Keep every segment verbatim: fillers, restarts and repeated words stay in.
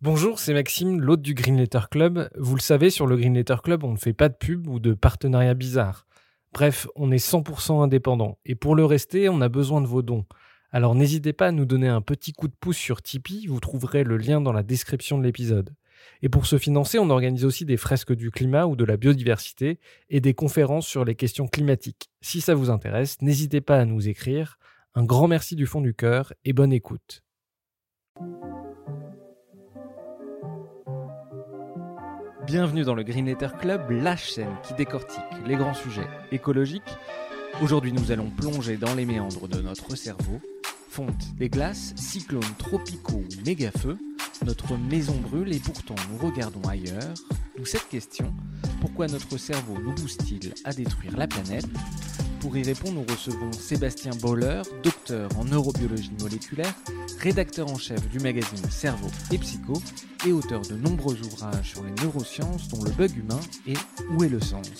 Bonjour, c'est Maxime, l'hôte du Green Letter Club. Vous le savez, sur le Green Letter Club, on ne fait pas de pub ou de partenariat bizarre. Bref, on est cent pour cent indépendant. Et pour le rester, on a besoin de vos dons. Alors n'hésitez pas à nous donner un petit coup de pouce sur Tipeee, vous trouverez le lien dans la description de l'épisode. Et pour se financer, on organise aussi des fresques du climat ou de la biodiversité et des conférences sur les questions climatiques. Si ça vous intéresse, n'hésitez pas à nous écrire. Un grand merci du fond du cœur et bonne écoute. Bienvenue dans le Green Letter Club, la chaîne qui décortique les grands sujets écologiques. Aujourd'hui, nous allons plonger dans les méandres de notre cerveau. Fonte des glaces, cyclones tropicaux ou méga-feux, notre maison brûle et pourtant nous regardons ailleurs. D'où cette question, pourquoi notre cerveau nous pousse-t-il à détruire la planète ? Pour y répondre, nous recevons Sébastien Boller, docteur en neurobiologie moléculaire, rédacteur en chef du magazine Cerveau et Psycho et auteur de nombreux ouvrages sur les neurosciences dont le bug humain et Où est le sens ?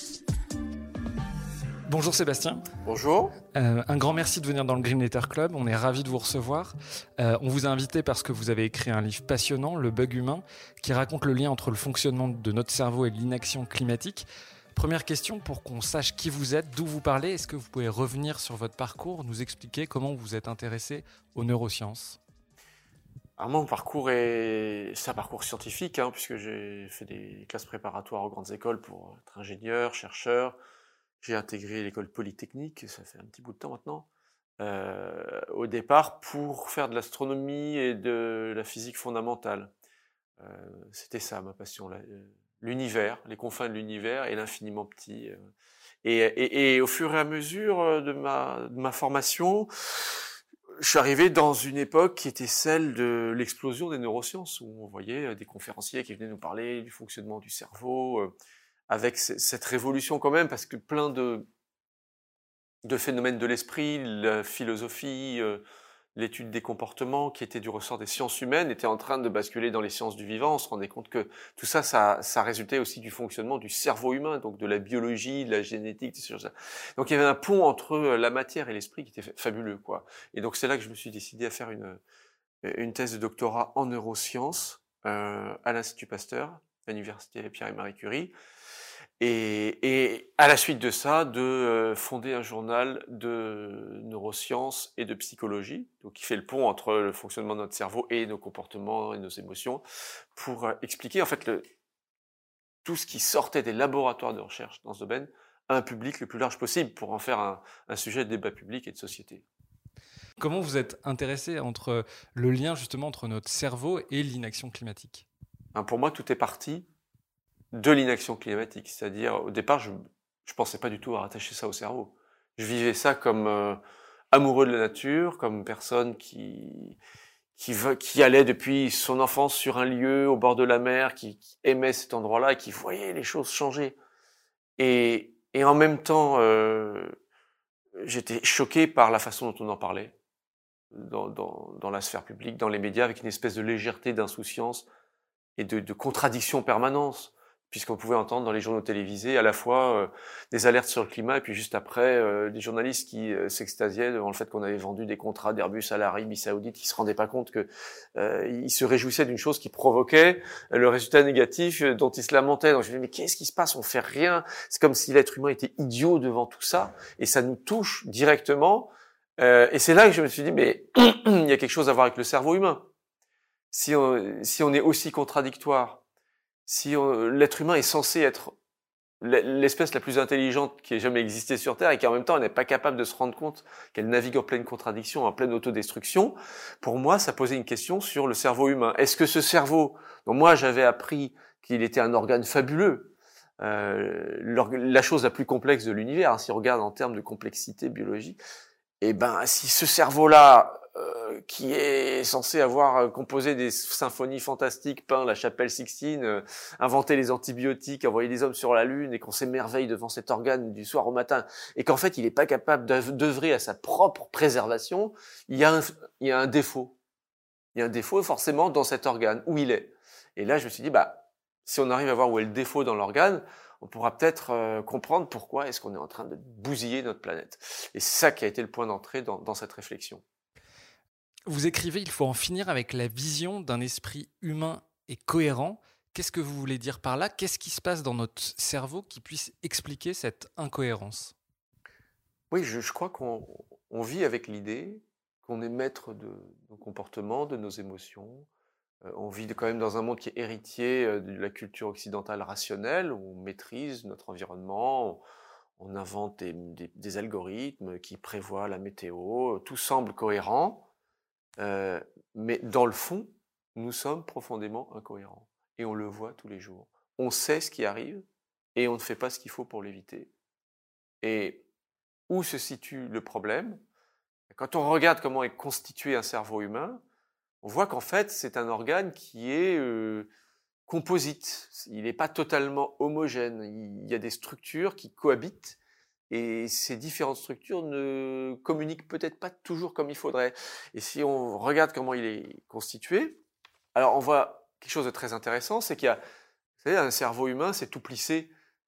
Bonjour Sébastien. Bonjour. Euh, un grand merci de venir dans le Green Letter Club, on est ravis de vous recevoir. Euh, on vous a invité parce que vous avez écrit un livre passionnant, Le bug humain, qui raconte le lien entre le fonctionnement de notre cerveau et l'inaction climatique. Première question, pour qu'on sache qui vous êtes, d'où vous parlez, est-ce que vous pouvez revenir sur votre parcours, nous expliquer comment vous êtes intéressé aux neurosciences ? Alors moi, mon parcours est, c'est un parcours scientifique, hein, puisque j'ai fait des classes préparatoires aux grandes écoles pour être ingénieur, chercheur. J'ai intégré l'école polytechnique, ça fait un petit bout de temps maintenant, euh, au départ pour faire de l'astronomie et de la physique fondamentale. Euh, c'était ça ma passion, là, l'univers, les confins de l'univers et l'infiniment petit. Euh, et, et, et au fur et à mesure de ma, de ma formation, je suis arrivé dans une époque qui était celle de l'explosion des neurosciences, où on voyait des conférenciers qui venaient nous parler du fonctionnement du cerveau, euh, avec c- cette révolution quand même, parce que plein de, de phénomènes de l'esprit, la philosophie, euh, l'étude des comportements qui étaient du ressort des sciences humaines étaient en train de basculer dans les sciences du vivant. On se rendait compte que tout ça, ça, ça résultait aussi du fonctionnement du cerveau humain, donc de la biologie, de la génétique, des choses. Donc il y avait un pont entre la matière et l'esprit qui était fabuleux, quoi. Et donc c'est là que je me suis décidé à faire une, une thèse de doctorat en neurosciences euh, à l'Institut Pasteur, à l'Université Pierre et Marie Curie. Et, et à la suite de ça, de euh, fonder un journal de neurosciences et de psychologie, donc qui fait le pont entre le fonctionnement de notre cerveau et nos comportements et nos émotions, pour euh, expliquer en fait le, tout ce qui sortait des laboratoires de recherche dans ce domaine à un public le plus large possible, pour en faire un, un sujet de débat public et de société. Comment vous êtes intéressé entre le lien justement entre notre cerveau et l'inaction climatique ? Hein, pour moi, tout est parti de l'inaction climatique, c'est-à-dire au départ, je je pensais pas du tout à rattacher ça au cerveau. Je vivais ça comme euh, amoureux de la nature, comme personne qui qui, va, qui allait depuis son enfance sur un lieu au bord de la mer, qui, qui aimait cet endroit-là et qui voyait les choses changer. Et, et en même temps, euh, j'étais choqué par la façon dont on en parlait dans, dans, dans la sphère publique, dans les médias, avec une espèce de légèreté, d'insouciance et de, de contradiction permanente, puisqu'on pouvait entendre dans les journaux télévisés à la fois euh, des alertes sur le climat et puis juste après euh, des journalistes qui euh, s'extasiaient devant le fait qu'on avait vendu des contrats d'Airbus à l'Arabie Saoudite, qui se rendaient pas compte que euh, ils se réjouissaient d'une chose qui provoquait le résultat négatif dont ils se lamentaient. Donc je me dis mais qu'est-ce qui se passe ? On fait rien. C'est comme si l'être humain était idiot devant tout ça, et ça nous touche directement. Euh, et c'est là que je me suis dit mais il y a quelque chose à voir avec le cerveau humain. Si on, si on est aussi contradictoire, si on, l'être humain est censé être l'espèce la plus intelligente qui ait jamais existé sur Terre et qui en même temps n'est pas capable de se rendre compte qu'elle navigue en pleine contradiction, en pleine autodestruction, pour moi ça posait une question sur le cerveau humain. Est-ce que ce cerveau, dont moi j'avais appris qu'il était un organe fabuleux, euh, la chose la plus complexe de l'univers, hein, si on regarde en termes de complexité biologique, et ben si ce cerveau-là, euh, qui est censé avoir composé des symphonies fantastiques, peint la chapelle Sixtine, euh, inventé les antibiotiques, envoyé des hommes sur la Lune, et qu'on s'émerveille devant cet organe du soir au matin, et qu'en fait il n'est pas capable d'œuvrer à sa propre préservation, il y a un, il y a un défaut. Il y a un défaut forcément dans cet organe, où il est. Et là je me suis dit, bah si on arrive à voir où est le défaut dans l'organe, on pourra peut-être euh, comprendre pourquoi est-ce qu'on est en train de bousiller notre planète. Et c'est ça qui a été le point d'entrée dans, dans cette réflexion. Vous écrivez « Il faut en finir avec la vision d'un esprit humain et cohérent. Qu'est-ce que vous voulez dire par là? Qu'est-ce qui se passe dans notre cerveau qui puisse expliquer cette incohérence? Oui, je, je crois qu'on on vit avec l'idée qu'on est maître de nos comportements, de nos émotions. Euh, on vit quand même dans un monde qui est héritier euh, de la culture occidentale rationnelle, où on maîtrise notre environnement, on, on invente des, des- des algorithmes qui prévoient la météo, tout semble cohérent, euh, mais dans le fond, nous sommes profondément incohérents. Et on le voit tous les jours. On sait ce qui arrive et on ne fait pas ce qu'il faut pour l'éviter. Et où se situe le problème? Quand on regarde comment est constitué un cerveau humain, on voit qu'en fait, c'est un organe qui est euh, composite. Il n'est pas totalement homogène. Il y a des structures qui cohabitent et ces différentes structures ne communiquent peut-être pas toujours comme il faudrait. Et si on regarde comment il est constitué, alors on voit quelque chose de très intéressant, c'est qu'il y a, vous savez, un cerveau humain, c'est tout plissé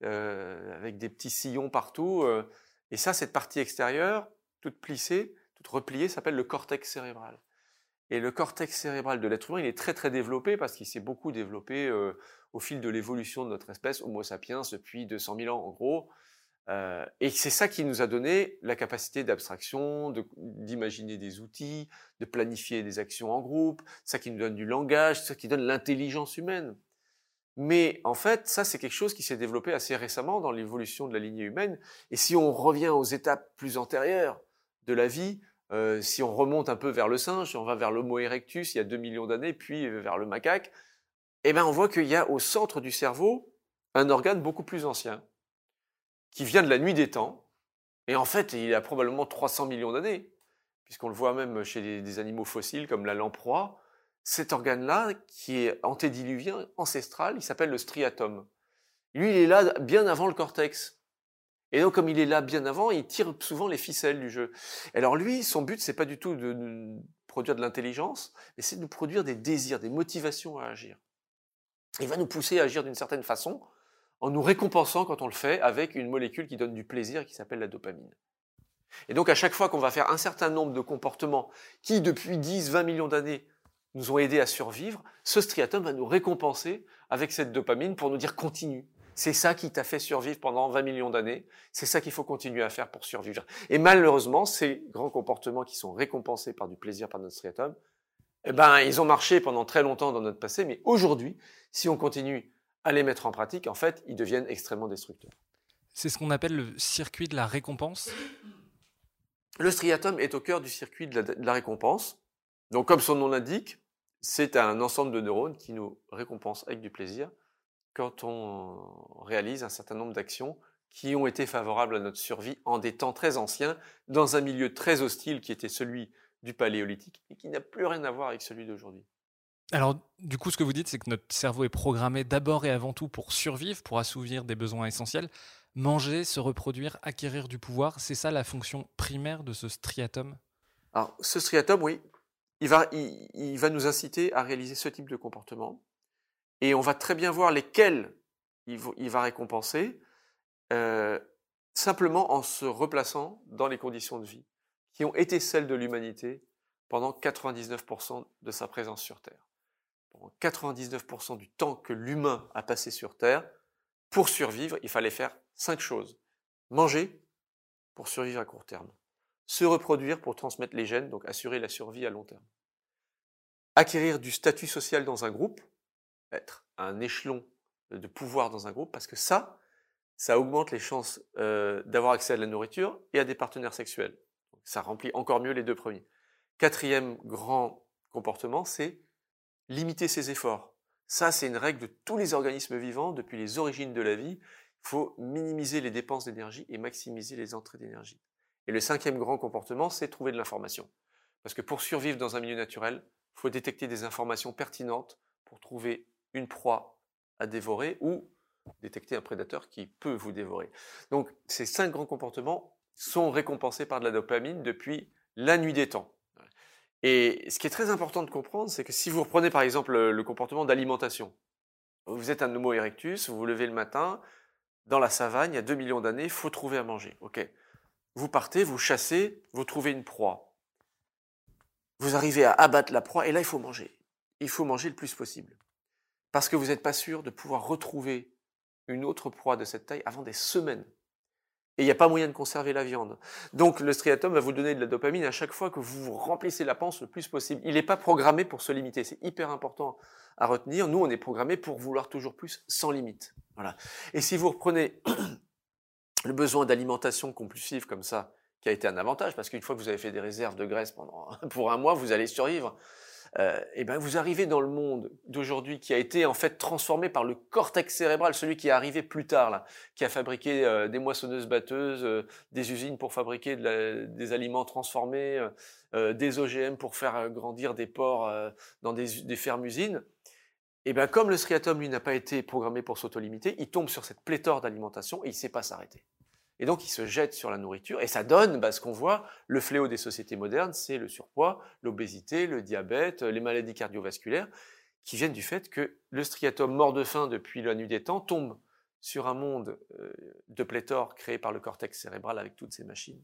euh, avec des petits sillons partout. euh, et ça, cette partie extérieure, toute plissée, toute repliée, s'appelle le cortex cérébral. Et le cortex cérébral de l'être humain, il est très très développé parce qu'il s'est beaucoup développé euh, au fil de l'évolution de notre espèce, Homo sapiens, depuis deux cent mille ans en gros. Euh, et c'est ça qui nous a donné la capacité d'abstraction, de- d'imaginer des outils, de planifier des actions en groupe, ça qui nous donne du langage, ça qui donne l'intelligence humaine. Mais en fait, ça c'est quelque chose qui s'est développé assez récemment dans l'évolution de la lignée humaine. Et si on revient aux étapes plus antérieures de la vie, euh, si on remonte un peu vers le singe, si on va vers l'Homo erectus il y a deux millions d'années, puis vers le macaque, eh ben on voit qu'il y a au centre du cerveau un organe beaucoup plus ancien, qui vient de la nuit des temps, et en fait il a probablement trois cents millions d'années, puisqu'on le voit même chez des, des animaux fossiles comme la lamproie. Cet organe-là, qui est antédiluvien, ancestral, il s'appelle le striatum. Lui, il est là bien avant le cortex. Et donc, comme il est là bien avant, il tire souvent les ficelles du jeu. Alors lui, son but, c'est pas du tout de nous produire de l'intelligence, mais c'est de nous produire des désirs, des motivations à agir. Il va nous pousser à agir d'une certaine façon, en nous récompensant quand on le fait avec une molécule qui donne du plaisir, qui s'appelle la dopamine. Et donc, à chaque fois qu'on va faire un certain nombre de comportements qui, depuis dix, vingt millions d'années, nous ont aidés à survivre, ce striatum va nous récompenser avec cette dopamine pour nous dire continue. C'est ça qui t'a fait survivre pendant vingt millions d'années. C'est ça qu'il faut continuer à faire pour survivre. Et malheureusement, ces grands comportements qui sont récompensés par du plaisir par notre striatum, eh ben, ils ont marché pendant très longtemps dans notre passé, mais aujourd'hui, si on continue à les mettre en pratique, en fait, ils deviennent extrêmement destructeurs. C'est ce qu'on appelle le circuit de la récompense. Le striatum est au cœur du circuit de la, de la récompense. Donc, comme son nom l'indique, c'est un ensemble de neurones qui nous récompensent avec du plaisir quand on réalise un certain nombre d'actions qui ont été favorables à notre survie en des temps très anciens, dans un milieu très hostile qui était celui du paléolithique et qui n'a plus rien à voir avec celui d'aujourd'hui. Alors, du coup, ce que vous dites, c'est que notre cerveau est programmé d'abord et avant tout pour survivre, pour assouvir des besoins essentiels. Manger, se reproduire, acquérir du pouvoir, c'est ça la fonction primaire de ce striatum? Alors, ce striatum, oui, il va, il, il va nous inciter à réaliser ce type de comportement. Et on va très bien voir lesquels il, il va récompenser, euh, simplement en se replaçant dans les conditions de vie qui ont été celles de l'humanité pendant quatre-vingt-dix-neuf pour cent de sa présence sur Terre. Pendant quatre-vingt-dix-neuf pour cent du temps que l'humain a passé sur Terre, pour survivre, il fallait faire cinq choses. Manger pour survivre à court terme. Se reproduire pour transmettre les gènes, donc assurer la survie à long terme. Acquérir du statut social dans un groupe, être un échelon de pouvoir dans un groupe, parce que ça, ça augmente les chances euh, d'avoir accès à de la nourriture et à des partenaires sexuels. Donc, ça remplit encore mieux les deux premiers. Quatrième grand comportement, c'est limiter ses efforts. Ça, c'est une règle de tous les organismes vivants depuis les origines de la vie. Il faut minimiser les dépenses d'énergie et maximiser les entrées d'énergie. Et le cinquième grand comportement, c'est trouver de l'information. Parce que pour survivre dans un milieu naturel, il faut détecter des informations pertinentes pour trouver une proie à dévorer ou détecter un prédateur qui peut vous dévorer. Donc, ces cinq grands comportements sont récompensés par de la dopamine depuis la nuit des temps. Et ce qui est très important de comprendre, c'est que si vous reprenez par exemple le comportement d'alimentation, vous êtes un Homo erectus, vous vous levez le matin, dans la savane, il y a deux millions d'années, il faut trouver à manger. Ok. Vous partez, vous chassez, vous trouvez une proie. Vous arrivez à abattre la proie, et là, il faut manger. Il faut manger le plus possible. parce que vous n'êtes pas sûr de pouvoir retrouver une autre proie de cette taille avant des semaines. Et il n'y a pas moyen de conserver la viande. Donc le striatum va vous donner de la dopamine à chaque fois que vous vous remplissez la panse le plus possible. Il n'est pas programmé pour se limiter. C'est hyper important à retenir. Nous, on est programmé pour vouloir toujours plus sans limite. Voilà. Et si vous reprenez le besoin d'alimentation compulsive comme ça, qui a été un avantage, parce qu'une fois que vous avez fait des réserves de graisse pendant, pour un mois, vous allez survivre. Euh, et ben vous arrivez dans le monde d'aujourd'hui qui a été en fait transformé par le cortex cérébral, celui qui est arrivé plus tard là, qui a fabriqué euh, des moissonneuses batteuses, euh, des usines pour fabriquer de la, des aliments transformés, euh, euh, des O G M pour faire grandir des porcs euh, dans des, des fermes-usines. Et ben comme le striatum lui n'a pas été programmé pour s'autolimiter, il tombe sur cette pléthore d'alimentation et il ne sait pas s'arrêter. Et donc, il se jette sur la nourriture, et ça donne bah, ce qu'on voit, le fléau des sociétés modernes, c'est le surpoids, l'obésité, le diabète, les maladies cardiovasculaires, qui viennent du fait que le striatum, mort de faim depuis la nuit des temps, tombe sur un monde euh, de pléthore créé par le cortex cérébral avec toutes ces machines.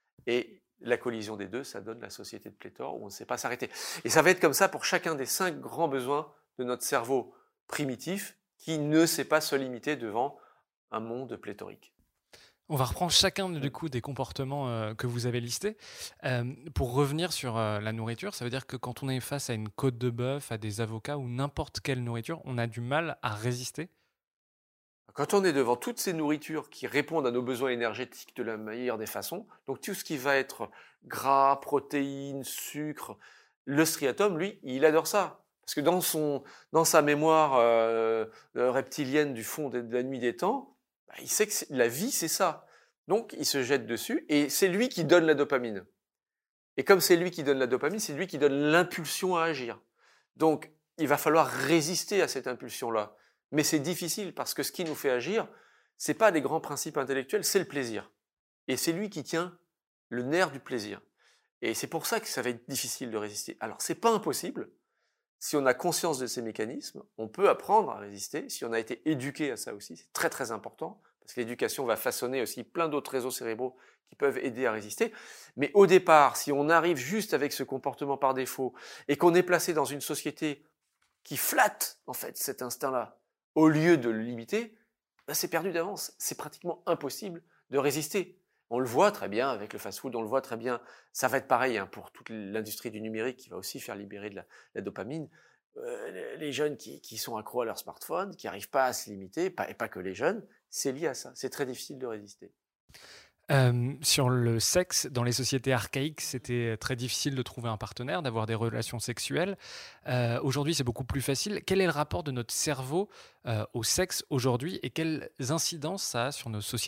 Et la collision des deux, ça donne la société de pléthore où on ne sait pas s'arrêter. Et ça va être comme ça pour chacun des cinq grands besoins de notre cerveau primitif, qui ne sait pas se limiter devant un monde pléthorique. On va reprendre chacun du coup des comportements euh, que vous avez listés. Euh, pour revenir sur euh, la nourriture, ça veut dire que quand on est face à une côte de bœuf, à des avocats ou n'importe quelle nourriture, on a du mal à résister. Quand on est devant toutes ces nourritures qui répondent à nos besoins énergétiques de la meilleure des façons, donc tout ce qui va être gras, protéines, sucre, le striatum, lui, il adore ça. Parce que dans, son, dans sa mémoire euh, reptilienne du fond de la nuit des temps, bah, il sait que la vie, c'est ça. Donc, il se jette dessus et c'est lui qui donne la dopamine. Et comme c'est lui qui donne la dopamine, c'est lui qui donne l'impulsion à agir. Donc, il va falloir résister à cette impulsion-là. Mais c'est difficile parce que ce qui nous fait agir, c'est pas des grands principes intellectuels, c'est le plaisir. Et c'est lui qui tient le nerf du plaisir. Et c'est pour ça que ça va être difficile de résister. Alors, c'est pas impossible. Si on a conscience de ces mécanismes, on peut apprendre à résister. Si on a été éduqué à ça aussi, c'est très très important, parce que l'éducation va façonner aussi plein d'autres réseaux cérébraux qui peuvent aider à résister. Mais au départ, si on arrive juste avec ce comportement par défaut, et qu'on est placé dans une société qui flatte en fait cet instinct-là, au lieu de le limiter, ben c'est perdu d'avance. C'est pratiquement impossible de résister. On le voit très bien avec le fast-food, on le voit très bien. Ça va être pareil hein, pour toute l'industrie du numérique qui va aussi faire libérer de la, la dopamine. Euh, les jeunes qui, qui sont accros à leur smartphone, qui n'arrivent pas à se limiter, pas, et pas que les jeunes, c'est lié à ça. C'est très difficile de résister. Euh, sur le sexe, dans les sociétés archaïques, c'était très difficile de trouver un partenaire, d'avoir des relations sexuelles. Euh, aujourd'hui, c'est beaucoup plus facile. Quel est le rapport de notre cerveau euh, au sexe aujourd'hui et quelles incidences ça a sur nos sociétés ?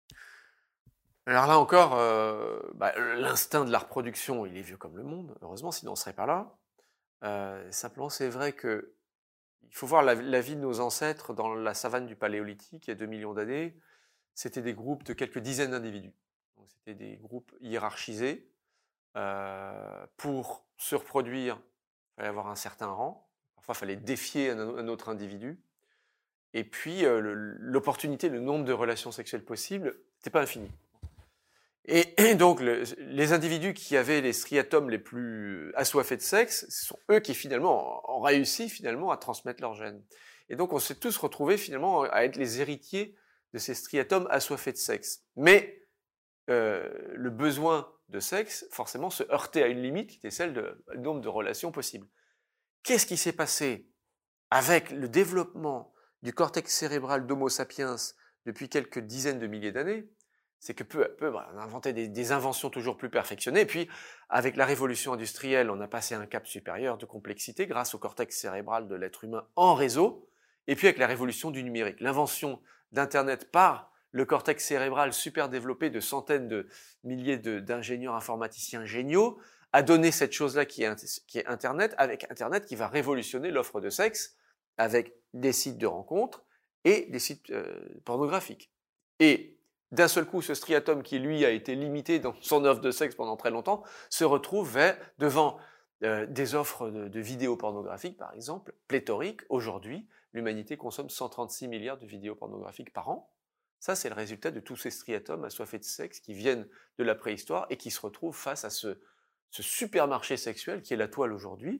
Alors là encore, euh, bah, l'instinct de la reproduction, il est vieux comme le monde, heureusement, sinon on ne serait pas là. Euh, simplement, c'est vrai que il faut voir la, la vie de nos ancêtres dans la savane du Paléolithique, il y a deux millions d'années. C'était des groupes de quelques dizaines d'individus. Donc, c'était des groupes hiérarchisés. Euh, pour se reproduire, il fallait avoir un certain rang. Parfois, il fallait défier un, un autre individu. Et puis, euh, l'opportunité, le nombre de relations sexuelles possibles, n'était pas infini. Et, et donc, le, les individus qui avaient les striatomes les plus assoiffés de sexe, ce sont eux qui, finalement, ont réussi, finalement, à transmettre leurs gènes. Et donc, on s'est tous retrouvés, finalement, à être les héritiers de ces striatomes assoiffés de sexe. Mais euh, le besoin de sexe, forcément, se heurtait à une limite qui était celle du nombre de relations possibles. Qu'est-ce qui s'est passé avec le développement du cortex cérébral d'Homo sapiens depuis quelques dizaines de milliers d'années? C'est que peu à peu, bah, on a inventé des, des inventions toujours plus perfectionnées. Et puis, avec la révolution industrielle, on a passé à un cap supérieur de complexité grâce au cortex cérébral de l'être humain en réseau. Et puis, avec la révolution du numérique, l'invention d'Internet par le cortex cérébral super développé de centaines de milliers d'ingénieurs informaticiens géniaux a donné cette chose-là qui est, qui est Internet, avec Internet qui va révolutionner l'offre de sexe avec des sites de rencontres et des sites euh, pornographiques. Et d'un seul coup, ce striatum qui, lui, a été limité dans son offre de sexe pendant très longtemps, se retrouve vers, devant euh, des offres de, de vidéos pornographiques, par exemple, pléthoriques. Aujourd'hui, l'humanité consomme cent trente-six milliards de vidéos pornographiques par an. Ça, c'est le résultat de tous ces striatomes assoiffés de sexe qui viennent de la préhistoire et qui se retrouvent face à ce, ce supermarché sexuel qui est la toile aujourd'hui.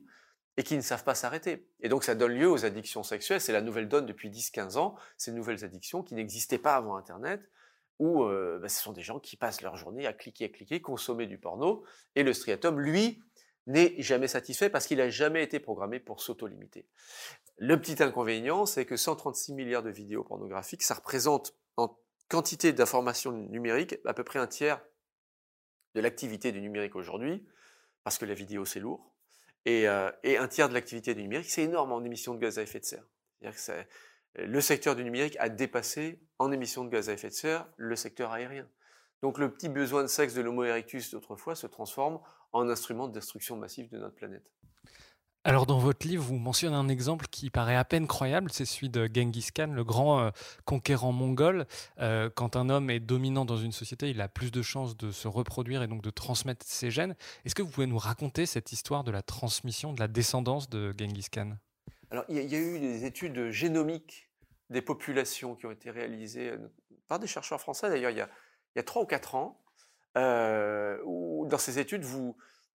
et qui ne savent pas s'arrêter. Et donc ça donne lieu aux addictions sexuelles, c'est la nouvelle donne depuis dix quinze ans, ces nouvelles addictions qui n'existaient pas avant Internet, où euh, bah, ce sont des gens qui passent leur journée à cliquer, à cliquer, consommer du porno, et le striatum, lui, n'est jamais satisfait parce qu'il n'a jamais été programmé pour s'auto-limiter. Le petit inconvénient, c'est que cent trente-six milliards de vidéos pornographiques, ça représente en quantité d'informations numériques à peu près un tiers de l'activité du numérique aujourd'hui, parce que la vidéo c'est lourd, et, euh, et un tiers de l'activité du numérique, c'est énorme en émissions de gaz à effet de serre. C'est-à-dire que c'est, le secteur du numérique a dépassé en émissions de gaz à effet de serre le secteur aérien. Donc le petit besoin de sexe de l'Homo erectus d'autrefois se transforme en instrument de destruction massive de notre planète. Alors dans votre livre, vous mentionnez un exemple qui paraît à peine croyable, c'est celui de Genghis Khan, le grand euh, conquérant mongol. Euh, quand un homme est dominant dans une société, il a plus de chances de se reproduire et donc de transmettre ses gènes. Est-ce que vous pouvez nous raconter cette histoire de la transmission, de la descendance de Genghis Khan ? Alors il y, y a eu des études génomiques des populations qui ont été réalisées par des chercheurs français d'ailleurs il y a, il y a trois ou quatre ans, euh, où dans ces études vous...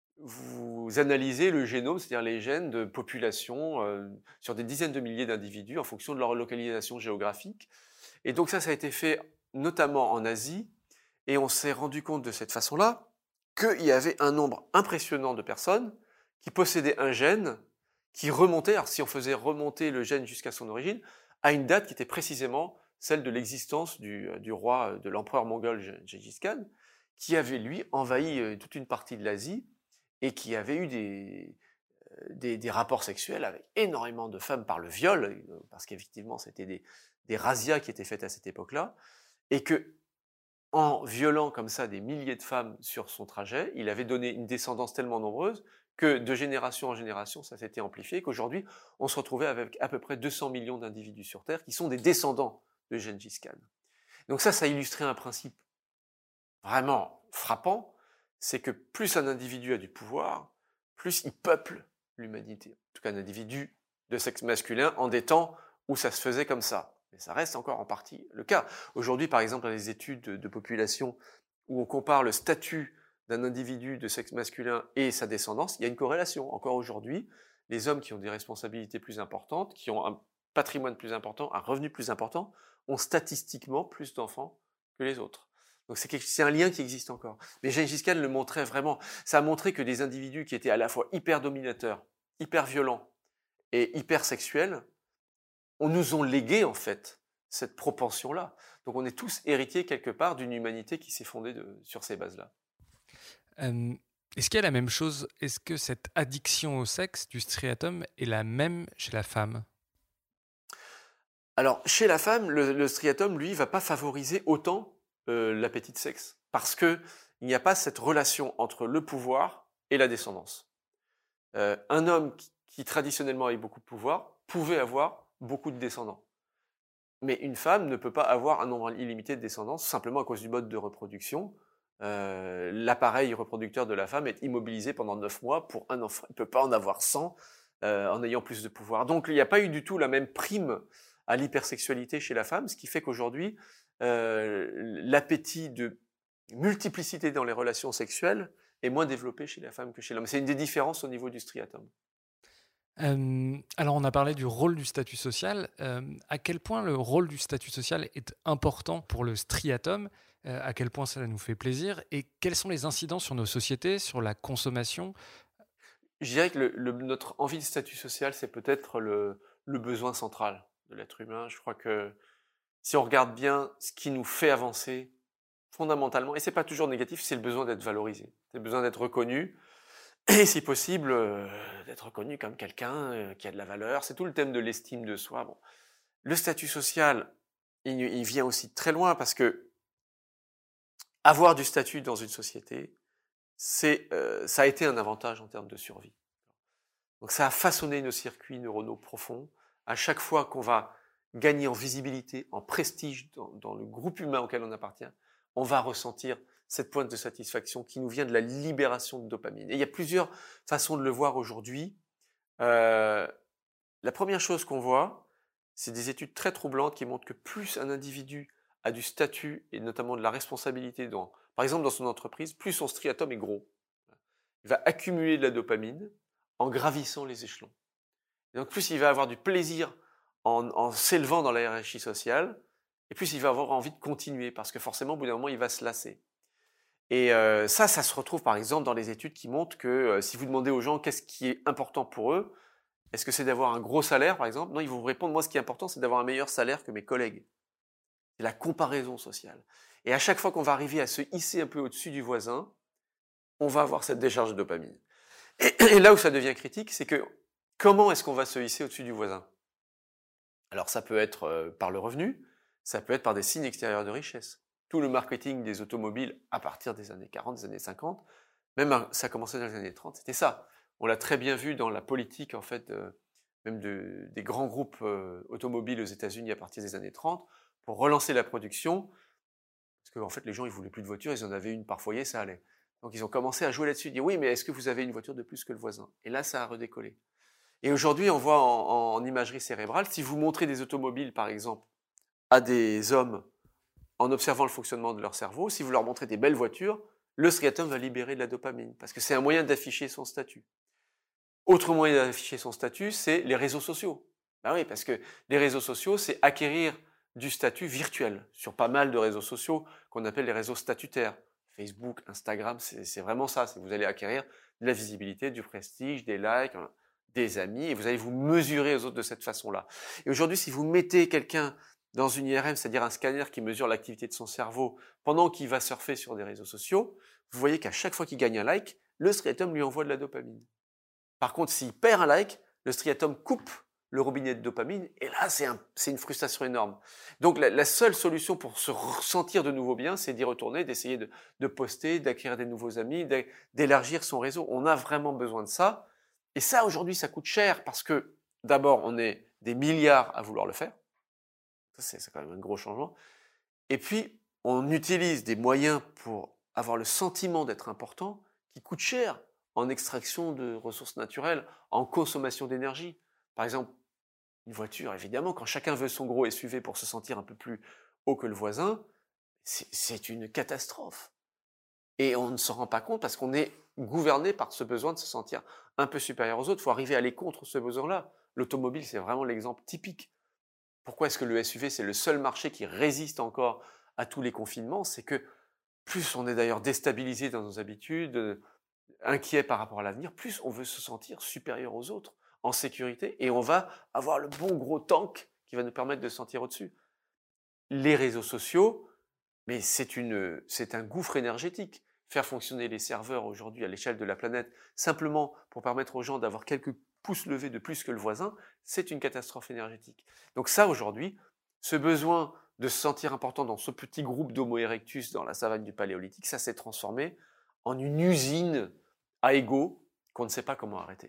vous analysez le génome, c'est-à-dire les gènes de populations euh, sur des dizaines de milliers d'individus en fonction de leur localisation géographique. Et donc ça, ça a été fait notamment en Asie, et on s'est rendu compte de cette façon-là qu'il y avait un nombre impressionnant de personnes qui possédaient un gène qui remontait, alors si on faisait remonter le gène jusqu'à son origine, à une date qui était précisément celle de l'existence du, du roi, de l'empereur mongol Genghis Khan, qui avait lui envahi toute une partie de l'Asie, et qui avait eu des, des, des rapports sexuels avec énormément de femmes par le viol, parce qu'effectivement c'était des, des razzias qui étaient faites à cette époque-là, et que en violant comme ça des milliers de femmes sur son trajet, il avait donné une descendance tellement nombreuse que de génération en génération ça s'était amplifié, qu'aujourd'hui on se retrouvait avec à peu près deux cents millions d'individus sur Terre qui sont des descendants de Genghis Khan. Donc ça, ça illustrait un principe vraiment frappant, c'est que plus un individu a du pouvoir, plus il peuple l'humanité. En tout cas, un individu de sexe masculin en des temps où ça se faisait comme ça. Mais ça reste encore en partie le cas. Aujourd'hui, par exemple, dans les études de, de population où on compare le statut d'un individu de sexe masculin et sa descendance, il y a une corrélation. Encore aujourd'hui, les hommes qui ont des responsabilités plus importantes, qui ont un patrimoine plus important, un revenu plus important, ont statistiquement plus d'enfants que les autres. Donc c'est, c'est un lien qui existe encore. Mais Genghis Khan le montrait vraiment. Ça a montré que des individus qui étaient à la fois hyper dominateurs, hyper violents et hyper sexuels, on nous ont légué en fait cette propension-là. Donc on est tous héritiers quelque part d'une humanité qui s'est fondée de, sur ces bases-là. Euh, est-ce qu'il y a la même chose ? Est-ce que cette addiction au sexe du striatum est la même chez la femme ? Alors chez la femme, le, le striatum, lui, va pas favoriser autant Euh, l'appétit de sexe, parce que il n'y a pas cette relation entre le pouvoir et la descendance. Euh, un homme qui, qui traditionnellement avait beaucoup de pouvoir pouvait avoir beaucoup de descendants, mais une femme ne peut pas avoir un nombre illimité de descendants simplement à cause du mode de reproduction. Euh, l'appareil reproducteur de la femme est immobilisé pendant neuf mois pour un enfant. Il ne peut pas en avoir cent euh, en ayant plus de pouvoir. Donc il n'y a pas eu du tout la même prime à l'hypersexualité chez la femme, ce qui fait qu'aujourd'hui Euh, l'appétit de multiplicité dans les relations sexuelles est moins développé chez la femme que chez l'homme. C'est une des différences au niveau du striatum. Euh, alors on a parlé du rôle du statut social. Euh, à quel point le rôle du statut social est important pour le striatum ? euh, À quel point cela nous fait plaisir ? Et quelles sont les incidences sur nos sociétés, sur la consommation ? Je dirais que le, le, notre envie de statut social, c'est peut-être le, le besoin central de l'être humain. Je crois que si on regarde bien ce qui nous fait avancer fondamentalement, et c'est pas toujours négatif, c'est le besoin d'être valorisé, c'est le besoin d'être reconnu, et si possible, euh, d'être reconnu comme quelqu'un euh, qui a de la valeur. C'est tout le thème de l'estime de soi. Bon. Le statut social, il, il vient aussi de très loin, parce que avoir du statut dans une société, c'est, euh, ça a été un avantage en termes de survie. Donc ça a façonné nos circuits neuronaux profonds. À chaque fois qu'on va gagner en visibilité, en prestige dans, dans le groupe humain auquel on appartient, on va ressentir cette pointe de satisfaction qui nous vient de la libération de dopamine. Et il y a plusieurs façons de le voir aujourd'hui. Euh, la première chose qu'on voit, c'est des études très troublantes qui montrent que plus un individu a du statut et notamment de la responsabilité, dans, par exemple dans son entreprise, plus son striatum est gros. Il va accumuler de la dopamine en gravissant les échelons. Et donc plus il va avoir du plaisir en, en s'élevant dans la hiérarchie sociale, et plus il va avoir envie de continuer, parce que forcément, au bout d'un moment, il va se lasser. Et euh, ça, ça se retrouve par exemple dans les études qui montrent que euh, si vous demandez aux gens qu'est-ce qui est important pour eux, est-ce que c'est d'avoir un gros salaire par exemple? Non, ils vont vous répondre, moi ce qui est important, c'est d'avoir un meilleur salaire que mes collègues. C'est la comparaison sociale. Et à chaque fois qu'on va arriver à se hisser un peu au-dessus du voisin, on va avoir cette décharge de dopamine. Et, et là où ça devient critique, c'est que comment est-ce qu'on va se hisser au-dessus du voisin? Alors ça peut être euh, par le revenu, ça peut être par des signes extérieurs de richesse. Tout le marketing des automobiles à partir des années quarante, des années cinquante, même ça a commencé dans les années trente, c'était ça. On l'a très bien vu dans la politique en fait, euh, même de, des grands groupes euh, automobiles aux États-Unis à partir des années trente, pour relancer la production, parce qu'en en fait les gens ils voulaient plus de voitures, ils en avaient une par foyer, ça allait. Donc ils ont commencé à jouer là-dessus, dire oui mais est-ce que vous avez une voiture de plus que le voisin? Et là ça a redécollé. Et aujourd'hui on voit en, en imagerie cérébrale, si vous montrez des automobiles par exemple à des hommes en observant le fonctionnement de leur cerveau, si vous leur montrez des belles voitures, le striatum va libérer de la dopamine, parce que c'est un moyen d'afficher son statut. Autre moyen d'afficher son statut, c'est les réseaux sociaux. Ben oui, parce que les réseaux sociaux, c'est acquérir du statut virtuel sur pas mal de réseaux sociaux qu'on appelle les réseaux statutaires. Facebook, Instagram, c'est vraiment ça. Vous allez acquérir de la visibilité, du prestige, des likes, des amis, et vous allez vous mesurer aux autres de cette façon-là. Et aujourd'hui, si vous mettez quelqu'un dans une I R M, c'est-à-dire un scanner qui mesure l'activité de son cerveau pendant qu'il va surfer sur des réseaux sociaux, vous voyez qu'à chaque fois qu'il gagne un like, le striatum lui envoie de la dopamine. Par contre, s'il perd un like, le striatum coupe le robinet de dopamine, et là, c'est un, une frustration énorme. Donc, la, la seule solution pour se ressentir de nouveau bien, c'est d'y retourner, d'essayer de, de poster, d'acquérir des nouveaux amis, d'élargir son réseau. On a vraiment besoin de ça. Et ça, aujourd'hui, ça coûte cher, parce que, d'abord, on est des milliards à vouloir le faire. Ça, c'est quand même un gros changement. Et puis, on utilise des moyens pour avoir le sentiment d'être important qui coûtent cher en extraction de ressources naturelles, en consommation d'énergie. Par exemple, une voiture, évidemment, quand chacun veut son gros S U V pour se sentir un peu plus haut que le voisin, c'est une catastrophe. Et on ne s'en rend pas compte parce qu'on est gouverné par ce besoin de se sentir un peu supérieur aux autres. Il faut arriver à aller contre ce besoin-là. L'automobile, c'est vraiment l'exemple typique. Pourquoi est-ce que le S U V, c'est le seul marché qui résiste encore à tous les confinements? C'est que plus on est d'ailleurs déstabilisé dans nos habitudes, euh, inquiet par rapport à l'avenir, plus on veut se sentir supérieur aux autres, en sécurité, et on va avoir le bon gros tank qui va nous permettre de se sentir au-dessus. Les réseaux sociaux, mais c'est une, c'est un gouffre énergétique. Faire fonctionner les serveurs aujourd'hui à l'échelle de la planète, simplement pour permettre aux gens d'avoir quelques pouces levés de plus que le voisin, c'est une catastrophe énergétique. Donc ça, aujourd'hui, ce besoin de se sentir important dans ce petit groupe d'Homo erectus dans la savane du Paléolithique, ça s'est transformé en une usine à ego qu'on ne sait pas comment arrêter.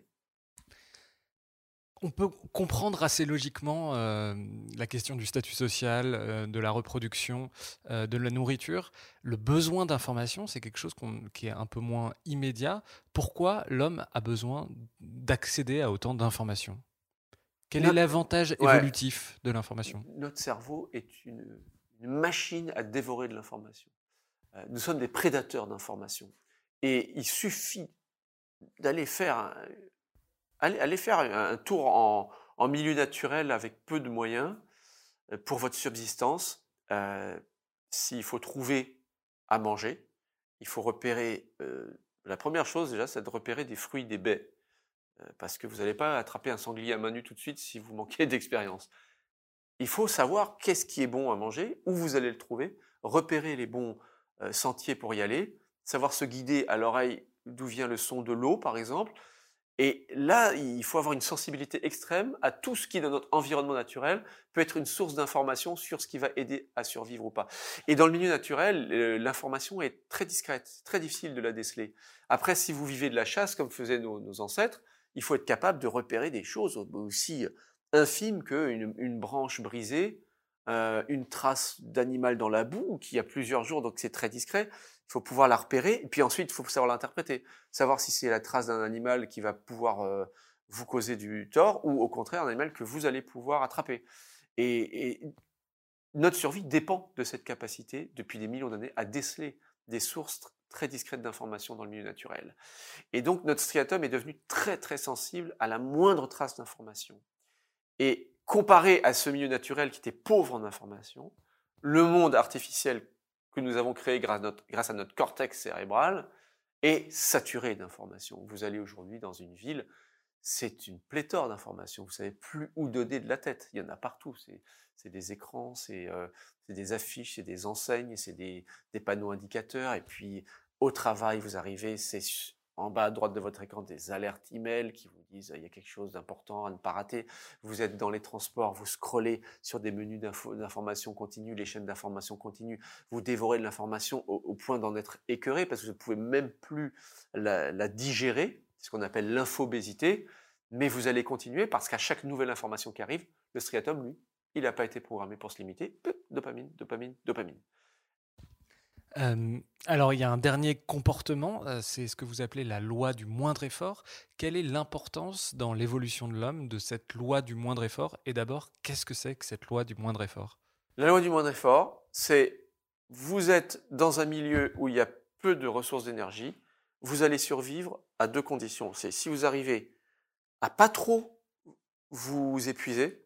On peut comprendre assez logiquement euh, la question du statut social, euh, de la reproduction, euh, de la nourriture. Le besoin d'information, c'est quelque chose qu'on, qui est un peu moins immédiat. Pourquoi l'homme a besoin d'accéder à autant d'informations? Quel Notre, est l'avantage évolutif ouais, de l'information? Notre cerveau est une, une machine à dévorer de l'information. Euh, nous sommes des prédateurs d'information. Et il suffit d'aller faire... Un, Allez, allez faire un tour en, en milieu naturel avec peu de moyens pour votre subsistance. Euh, S'il faut trouver à manger, il faut repérer... Euh, la première chose déjà, c'est de repérer des fruits, des baies. Euh, parce que vous n'allez pas attraper un sanglier à main nue tout de suite si vous manquez d'expérience. Il faut savoir qu'est-ce qui est bon à manger, où vous allez le trouver, repérer les bons euh, sentiers pour y aller, savoir se guider à l'oreille d'où vient le son de l'eau, par exemple. Et là, il faut avoir une sensibilité extrême à tout ce qui, dans notre environnement naturel, peut être une source d'information sur ce qui va aider à survivre ou pas. Et dans le milieu naturel, l'information est très discrète, très difficile de la déceler. Après, si vous vivez de la chasse, comme faisaient nos, nos ancêtres, il faut être capable de repérer des choses aussi infimes qu'une une branche brisée, euh, une trace d'animal dans la boue, qui a plusieurs jours, donc c'est très discret. Il faut pouvoir la repérer, et puis ensuite, il faut savoir l'interpréter. Savoir si c'est la trace d'un animal qui va pouvoir euh, vous causer du tort, ou au contraire, un animal que vous allez pouvoir attraper. Et, et notre survie dépend de cette capacité, depuis des millions d'années, à déceler des sources très discrète d'information dans le milieu naturel. Et donc, notre striatum est devenu très, très sensible à la moindre trace d'information. Et comparé à ce milieu naturel qui était pauvre en information, le monde artificiel que nous avons créé grâce à notre, grâce à notre cortex cérébral est saturé d'informations. Vous allez aujourd'hui dans une ville, c'est une pléthore d'informations. Vous savez plus où donner de la tête. Il y en a partout. C'est, c'est des écrans, c'est, euh, c'est des affiches, c'est des enseignes, c'est des, des panneaux indicateurs. Et puis, au travail, vous arrivez, c'est en bas à droite de votre écran des alertes email qui vous disent il y a quelque chose d'important à ne pas rater. Vous êtes dans les transports, vous scrollez sur des menus d'info, d'information continue, les chaînes d'information continue. Vous dévorez de l'information au, au point d'en être écœuré parce que vous ne pouvez même plus la, la digérer. C'est ce qu'on appelle l'infobésité, mais vous allez continuer parce qu'à chaque nouvelle information qui arrive, le striatum, lui, il n'a pas été programmé pour se limiter. Peu, dopamine, dopamine, dopamine. Euh, alors, il y a un dernier comportement, euh, c'est ce que vous appelez la loi du moindre effort. Quelle est l'importance dans l'évolution de l'homme de cette loi du moindre effort? Et d'abord, qu'est-ce que c'est que cette loi du moindre effort? La loi du moindre effort, c'est vous êtes dans un milieu où il y a peu de ressources d'énergie, vous allez survivre à deux conditions. C'est si vous arrivez à pas trop vous épuiser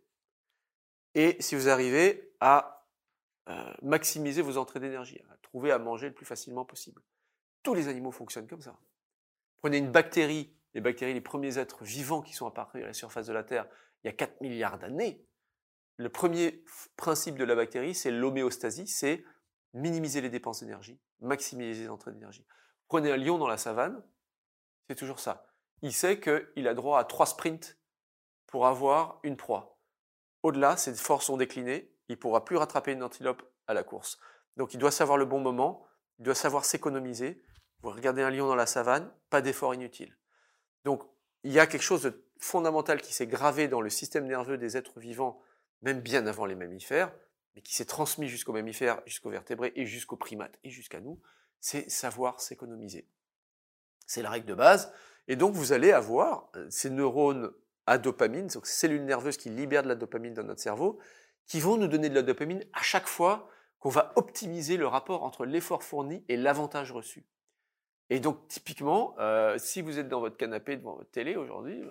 et si vous arrivez à euh, maximiser vos entrées d'énergie, à trouver à manger le plus facilement possible. Tous les animaux fonctionnent comme ça. Prenez une bactérie, les bactéries, les premiers êtres vivants qui sont apparus à la surface de la Terre il y a quatre milliards d'années. Le premier principe de la bactérie, c'est l'homéostasie, c'est minimiser les dépenses d'énergie, maximiser les entrées d'énergie. Prenez un lion dans la savane, c'est toujours ça. Il sait qu'il a droit à trois sprints pour avoir une proie. Au-delà, ses forces sont déclinées, il ne pourra plus rattraper une antilope à la course. Donc il doit savoir le bon moment, il doit savoir s'économiser. Vous regardez un lion dans la savane, pas d'effort inutile. Donc il y a quelque chose de fondamental qui s'est gravé dans le système nerveux des êtres vivants, même bien avant les mammifères, mais qui s'est transmis jusqu'aux mammifères, jusqu'aux vertébrés et jusqu'aux primates et jusqu'à nous, c'est savoir s'économiser. C'est la règle de base. Et donc vous allez avoir ces neurones à dopamine, donc ces cellules nerveuses qui libèrent de la dopamine dans notre cerveau, qui vont nous donner de la dopamine à chaque fois qu'on va optimiser le rapport entre l'effort fourni et l'avantage reçu. Et donc typiquement, euh, si vous êtes dans votre canapé devant votre télé aujourd'hui,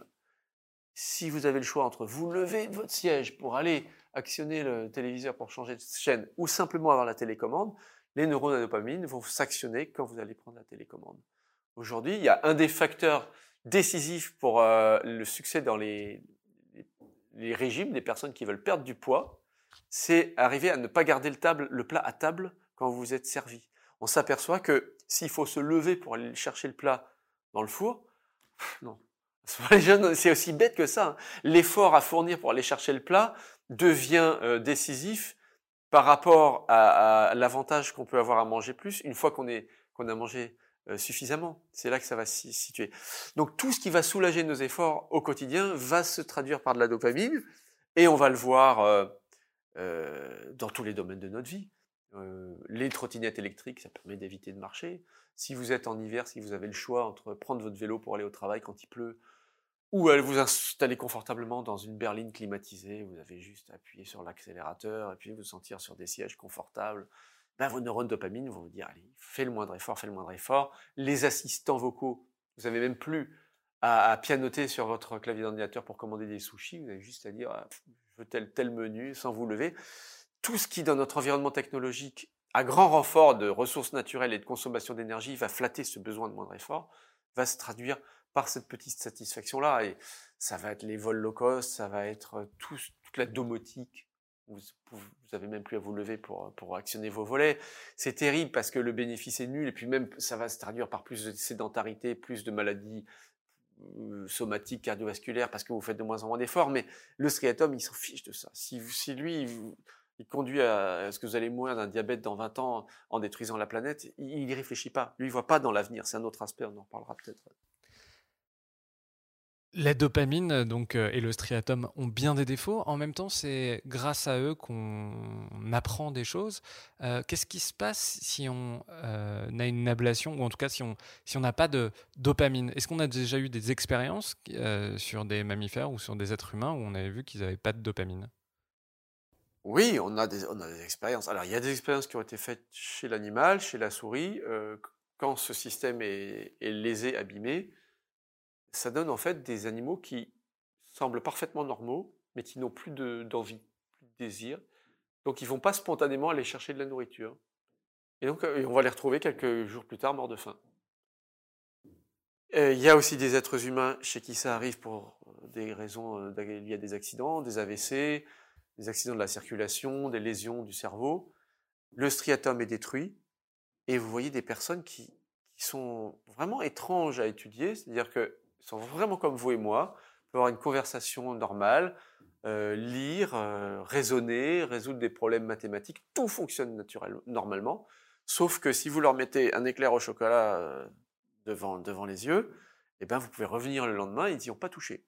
si vous avez le choix entre vous lever de votre siège pour aller actionner le téléviseur pour changer de chaîne ou simplement avoir la télécommande, les neurones à dopamine vont s'actionner quand vous allez prendre la télécommande. Aujourd'hui, il y a un des facteurs décisifs pour euh, le succès dans les, les, les régimes des personnes qui veulent perdre du poids, c'est arriver à ne pas garder le, table, le plat à table quand vous êtes servi. On s'aperçoit que s'il faut se lever pour aller chercher le plat dans le four, non. Les jeunes, c'est aussi bête que ça. Hein. L'effort à fournir pour aller chercher le plat devient euh, décisif par rapport à, à l'avantage qu'on peut avoir à manger plus une fois qu'on est qu'on a mangé euh, suffisamment. C'est là que ça va se situer. Donc tout ce qui va soulager nos efforts au quotidien va se traduire par de la dopamine et on va le voir euh, euh, dans tous les domaines de notre vie. Euh, les trottinettes électriques, ça permet d'éviter de marcher. Si vous êtes en hiver, si vous avez le choix entre prendre votre vélo pour aller au travail quand il pleut, ou vous installer confortablement dans une berline climatisée, vous avez juste à appuyer sur l'accélérateur et puis vous sentir sur des sièges confortables, ben vos neurones dopamine vont vous dire allez, fais le moindre effort, fais le moindre effort. Les assistants vocaux, vous n'avez même plus à, à pianoter sur votre clavier d'ordinateur pour commander des sushis, vous avez juste à dire ah, je veux tel tel menu sans vous lever. Tout ce qui dans notre environnement technologique, à grand renfort de ressources naturelles et de consommation d'énergie, va flatter ce besoin de moindre effort, va se traduire par cette petite satisfaction-là. Et ça va être les vols low cost, ça va être tout, toute la domotique. Vous, vous avez même plus à vous lever pour, pour actionner vos volets. C'est terrible parce que le bénéfice est nul et puis même ça va se traduire par plus de sédentarité, plus de maladies euh, somatiques, cardiovasculaires parce que vous faites de moins en moins d'efforts. Mais le striatum, il s'en fiche de ça. Si, si lui, il, il conduit à ce que vous allez mourir d'un diabète dans vingt ans en détruisant la planète, il n'y réfléchit pas. Lui, il voit pas dans l'avenir. C'est un autre aspect, on en reparlera peut-être. La dopamine donc, euh, et le striatum ont bien des défauts. En même temps, c'est grâce à eux qu'on apprend des choses. Euh, qu'est-ce qui se passe si on euh, a une ablation, ou en tout cas si on si on n'a pas de dopamine? Est-ce qu'on a déjà eu des expériences euh, sur des mammifères ou sur des êtres humains où on avait vu qu'ils n'avaient pas de dopamine? Oui, on a des, on a des expériences. Alors, il y a des expériences qui ont été faites chez l'animal, chez la souris. Euh, quand ce système est, est lésé, abîmé, ça donne en fait des animaux qui semblent parfaitement normaux, mais qui n'ont plus de, d'envie, plus de désir. Donc ils vont pas spontanément aller chercher de la nourriture. Et donc euh, on va les retrouver quelques jours plus tard morts de faim. Euh, Il y a aussi des êtres humains chez qui ça arrive pour des raisons euh, liées à des accidents, des A V C, des accidents de la circulation, des lésions du cerveau. Le striatum est détruit et vous voyez des personnes qui, qui sont vraiment étranges à étudier, c'est-à-dire qu'ils sont vraiment comme vous et moi, on peut avoir une conversation normale, euh, lire, euh, raisonner, résoudre des problèmes mathématiques, tout fonctionne naturellement, normalement, sauf que si vous leur mettez un éclair au chocolat euh, devant, devant les yeux, eh ben vous pouvez revenir le lendemain, ils n'y ont pas touché.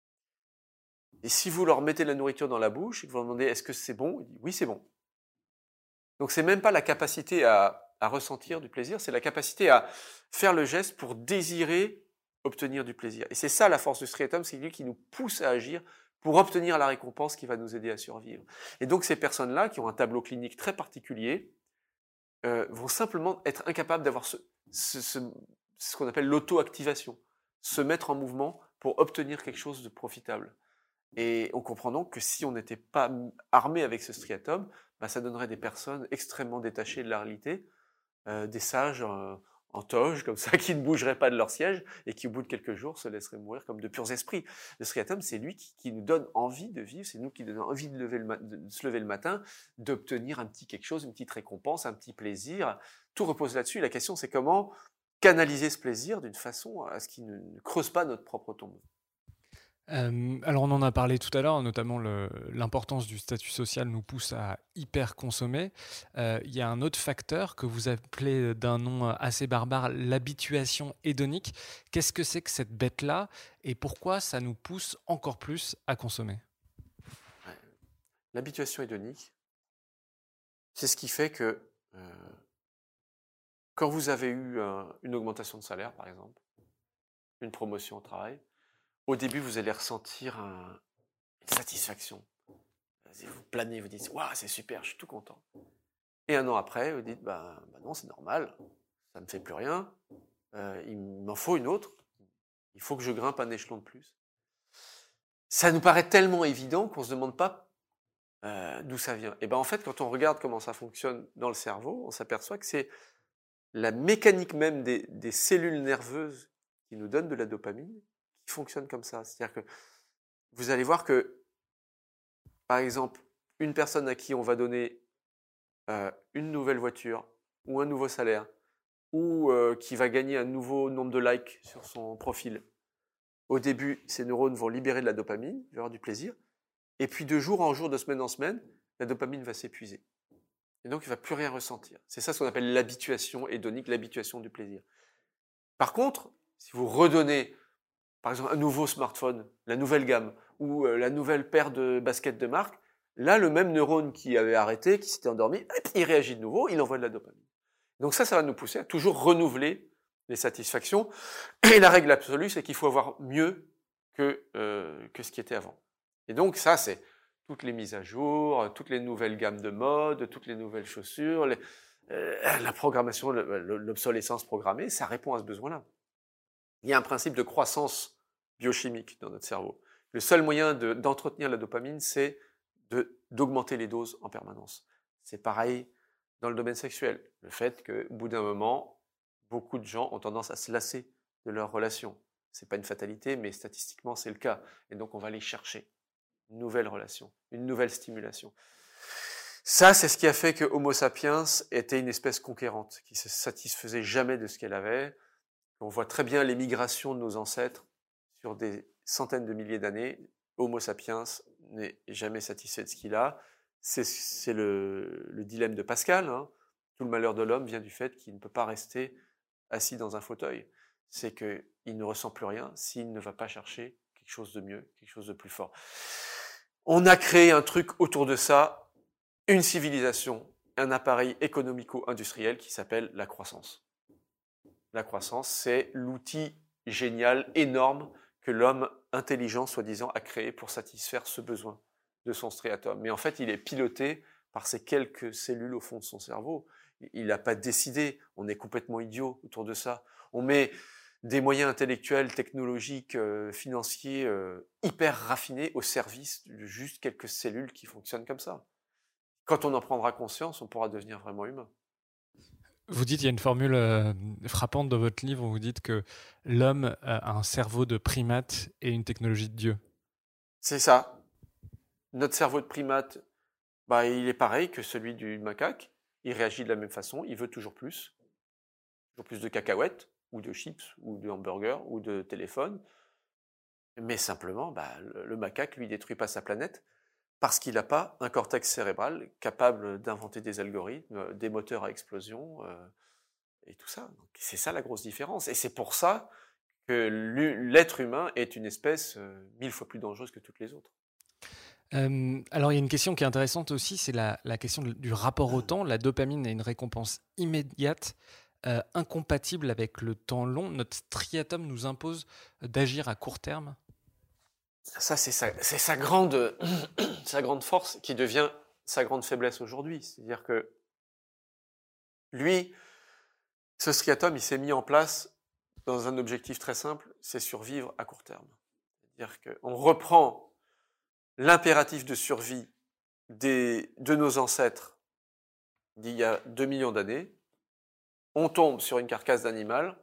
Et si vous leur mettez de la nourriture dans la bouche et que vous leur demandez est-ce que c'est bon, ils disent oui c'est bon. Donc c'est même pas la capacité à, à ressentir du plaisir, c'est la capacité à faire le geste pour désirer obtenir du plaisir. Et c'est ça la force du striatum, c'est lui qui nous pousse à agir pour obtenir la récompense qui va nous aider à survivre. Et donc ces personnes-là, qui ont un tableau clinique très particulier, euh, vont simplement être incapables d'avoir ce, ce, ce, ce qu'on appelle l'auto-activation, se mettre en mouvement pour obtenir quelque chose de profitable. Et on comprend donc que si on n'était pas armé avec ce striatum, bah ça donnerait des personnes extrêmement détachées de la réalité, euh, des sages euh, en toge, comme ça, qui ne bougeraient pas de leur siège et qui, au bout de quelques jours, se laisseraient mourir comme de purs esprits. Le striatum, c'est lui qui, qui nous donne envie de vivre, c'est nous qui nous donne envie de, lever le ma- de se lever le matin, d'obtenir un petit quelque chose, une petite récompense, un petit plaisir. Tout repose là-dessus. La question, c'est comment canaliser ce plaisir d'une façon à ce qu'il ne, ne creuse pas notre propre tombe. Euh, alors on en a parlé tout à l'heure, notamment le- l'importance du statut social nous pousse à hyper consommer. Euh, Il y a un autre facteur que vous appelez d'un nom assez barbare, l'habituation hédonique. Qu'est-ce que c'est que cette bête-là et pourquoi ça nous pousse encore plus à consommer? Ouais. L'habituation hédonique, c'est ce qui fait que euh, quand vous avez eu un- une augmentation de salaire, par exemple, une promotion au travail, au début, vous allez ressentir un- une satisfaction. Vous planez, vous dites, waouh, c'est super, je suis tout content. Et un an après, vous dites, bah, bah non, c'est normal, ça ne me fait plus rien, euh, il m'en faut une autre, il faut que je grimpe un échelon de plus. Ça nous paraît tellement évident qu'on ne se demande pas euh, d'où ça vient. Et ben en fait, quand on regarde comment ça fonctionne dans le cerveau, on s'aperçoit que c'est la mécanique même des, des cellules nerveuses qui nous donnent de la dopamine qui fonctionne comme ça. C'est-à-dire que vous allez voir que, par exemple, une personne à qui on va donner euh, une nouvelle voiture ou un nouveau salaire ou euh, qui va gagner un nouveau nombre de likes sur son profil, au début, ces neurones vont libérer de la dopamine, il va y avoir du plaisir, et puis de jour en jour, de semaine en semaine, la dopamine va s'épuiser. Et donc, il ne va plus rien ressentir. C'est ça ce qu'on appelle l'habituation hédonique, l'habituation du plaisir. Par contre, si vous redonnez, par exemple, un nouveau smartphone, la nouvelle gamme, ou euh, la nouvelle paire de baskets de marque, là, le même neurone qui avait arrêté, qui s'était endormi, hop, il réagit de nouveau, il envoie de la dopamine. Donc ça, ça va nous pousser à toujours renouveler les satisfactions. Et la règle absolue, c'est qu'il faut avoir mieux que, euh, que ce qui était avant. Et donc ça, c'est toutes les mises à jour, toutes les nouvelles gammes de mode, toutes les nouvelles chaussures, les, euh, la programmation, l'obsolescence programmée, ça répond à ce besoin-là. Il y a un principe de croissance biochimique dans notre cerveau. Le seul moyen de, d'entretenir la dopamine, c'est de, d'augmenter les doses en permanence. C'est pareil dans le domaine sexuel. Le fait qu'au bout d'un moment, beaucoup de gens ont tendance à se lasser de leurs relations. C'est pas une fatalité, mais statistiquement, c'est le cas. Et donc, on va aller chercher une nouvelle relation, une nouvelle stimulation. Ça, c'est ce qui a fait que Homo sapiens était une espèce conquérante, qui se satisfaisait jamais de ce qu'elle avait. On voit très bien les migrations de nos ancêtres sur des centaines de milliers d'années. Homo sapiens n'est jamais satisfait de ce qu'il a. C'est, c'est le, le dilemme de Pascal. Hein. Tout le malheur de l'homme vient du fait qu'il ne peut pas rester assis dans un fauteuil. C'est qu'il ne ressent plus rien s'il ne va pas chercher quelque chose de mieux, quelque chose de plus fort. On a créé un truc autour de ça, une civilisation, un appareil économico-industriel qui s'appelle la croissance. La croissance, c'est l'outil génial, énorme, que l'homme intelligent, soi-disant, a créé pour satisfaire ce besoin de son striatum. Mais en fait, il est piloté par ces quelques cellules au fond de son cerveau. Il n'a pas décidé. On est complètement idiot autour de ça. On met des moyens intellectuels, technologiques, euh, financiers euh, hyper raffinés au service de juste quelques cellules qui fonctionnent comme ça. Quand on en prendra conscience, on pourra devenir vraiment humain. Vous dites, il y a une formule euh, frappante dans votre livre où vous dites que l'homme a un cerveau de primate et une technologie de Dieu. C'est ça. Notre cerveau de primate, bah, il est pareil que celui du macaque. Il réagit de la même façon, il veut toujours plus. Toujours plus de cacahuètes, ou de chips, ou de hamburgers, ou de téléphones. Mais simplement, bah, le, le macaque, lui, détruit pas sa planète parce qu'il n'a pas un cortex cérébral capable d'inventer des algorithmes, des moteurs à explosion, euh, et tout ça. Donc, c'est ça la grosse différence. Et c'est pour ça que l'être humain est une espèce euh, mille fois plus dangereuse que toutes les autres. Euh, alors, il y a une question qui est intéressante aussi, c'est la, la question du rapport au temps. La dopamine est une récompense immédiate, euh, incompatible avec le temps long. Notre striatum nous impose d'agir à court terme. Ça, c'est sa, c'est sa grande, sa grande force qui devient sa grande faiblesse aujourd'hui. C'est-à-dire que lui, ce striatum, il s'est mis en place dans un objectif très simple, c'est survivre à court terme. C'est-à-dire qu'on reprend l'impératif de survie des, de nos ancêtres d'il y a deux millions d'années, on tombe sur une carcasse d'animal,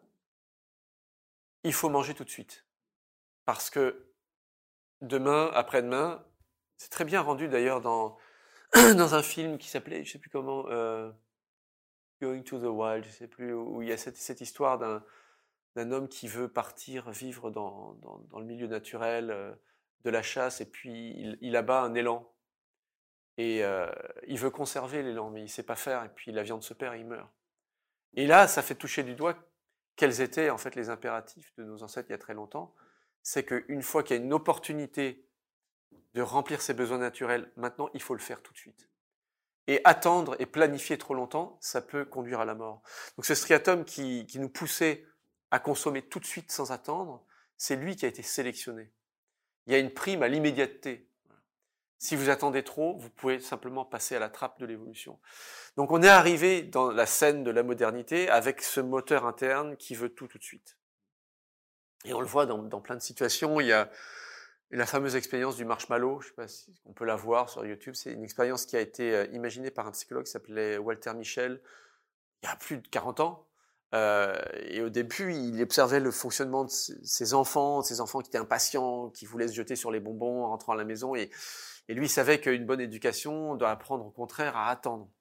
il faut manger tout de suite. Parce que demain, après-demain, c'est très bien rendu d'ailleurs dans, dans un film qui s'appelait, je ne sais plus comment, euh, Going to the Wild, je ne sais plus, où il y a cette, cette histoire d'un, d'un homme qui veut partir vivre dans, dans, dans le milieu naturel, euh, de la chasse, et puis il, il abat un élan. Et euh, il veut conserver l'élan, mais il ne sait pas faire, et puis la viande se perd et il meurt. Et là, ça fait toucher du doigt quels étaient en fait les impératifs de nos ancêtres il y a très longtemps. C'est qu'une fois qu'il y a une opportunité de remplir ses besoins naturels, maintenant, il faut le faire tout de suite. Et attendre et planifier trop longtemps, ça peut conduire à la mort. Donc ce striatum qui, qui nous poussait à consommer tout de suite sans attendre, c'est lui qui a été sélectionné. Il y a une prime à l'immédiateté. Si vous attendez trop, vous pouvez simplement passer à la trappe de l'évolution. Donc on est arrivé dans la scène de la modernité avec ce moteur interne qui veut tout tout de suite. Et on le voit dans, dans plein de situations. Il y a la fameuse expérience du marshmallow, je ne sais pas si on peut la voir sur YouTube. C'est une expérience qui a été imaginée par un psychologue qui s'appelait Walter Mischel il y a plus de quarante ans. Euh, et au début, il observait le fonctionnement de ses enfants, ses enfants qui étaient impatients, qui voulaient se jeter sur les bonbons en rentrant à la maison. Et, et lui, il savait qu'une bonne éducation doit apprendre au contraire à attendre.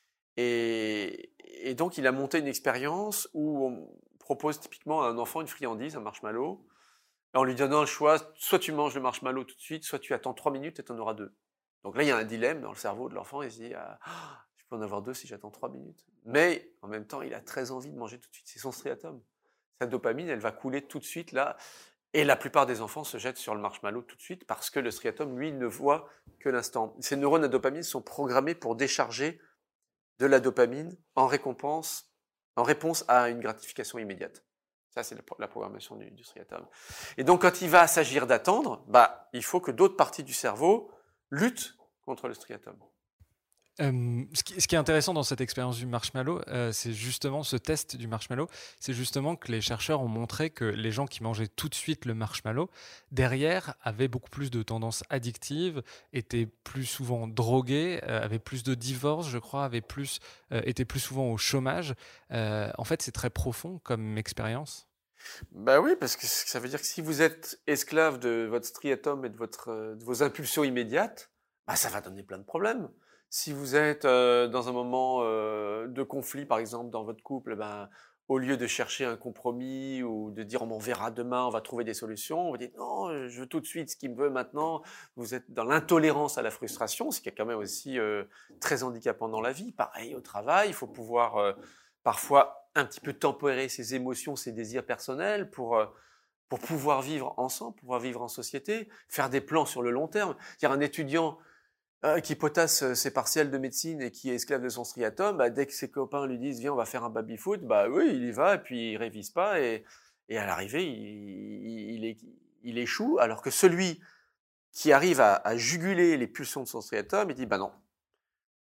Et, et donc, il a monté une expérience où on propose typiquement à un enfant une friandise, un marshmallow, en lui donnant le choix, soit tu manges le marshmallow tout de suite, soit tu attends trois minutes et tu en auras deux. Donc là, il y a un dilemme dans le cerveau de l'enfant, il se dit, ah, je peux en avoir deux si j'attends trois minutes. Mais en même temps, il a très envie de manger tout de suite, c'est son striatum. Sa dopamine, elle va couler tout de suite là, et la plupart des enfants se jettent sur le marshmallow tout de suite parce que le striatum, lui, ne voit que l'instant. Ces neurones à dopamine sont programmés pour décharger de la dopamine en récompense, en réponse à une gratification immédiate. Ça, c'est la programmation du, du striatum. Et donc, quand il va s'agir d'attendre, bah, il faut que d'autres parties du cerveau luttent contre le striatum. Euh, ce, qui, ce qui est intéressant dans cette expérience du marshmallow, euh, c'est justement ce test du marshmallow, c'est justement que les chercheurs ont montré que les gens qui mangeaient tout de suite le marshmallow, derrière, avaient beaucoup plus de tendances addictives, étaient plus souvent drogués, euh, avaient plus de divorces, je crois, avaient plus, euh, étaient plus souvent au chômage. Euh, en fait, c'est très profond comme expérience. Ben oui, parce que ça veut dire que si vous êtes esclave de votre striatum et de, votre, de vos impulsions immédiates, bah ça va donner plein de problèmes. Si vous êtes euh, dans un moment euh, de conflit, par exemple, dans votre couple, ben, au lieu de chercher un compromis ou de dire on verra demain, on va trouver des solutions, vous dites non, je veux tout de suite ce qu'il me veut maintenant. Vous êtes dans l'intolérance à la frustration, ce qui est quand même aussi euh, très handicapant dans la vie. Pareil au travail, il faut pouvoir euh, parfois un petit peu tempérer ses émotions, ses désirs personnels pour euh, pour pouvoir vivre ensemble, pouvoir vivre en société, faire des plans sur le long terme. Il y a un étudiant Euh, qui potasse ses partiels de médecine et qui est esclave de son striatum, bah, dès que ses copains lui disent « viens, on va faire un baby-foot », bah oui, il y va, et puis il révise pas, et, et à l'arrivée, il, il, il échoue, alors que celui qui arrive à, à juguler les pulsions de son striatum, il dit « bah non,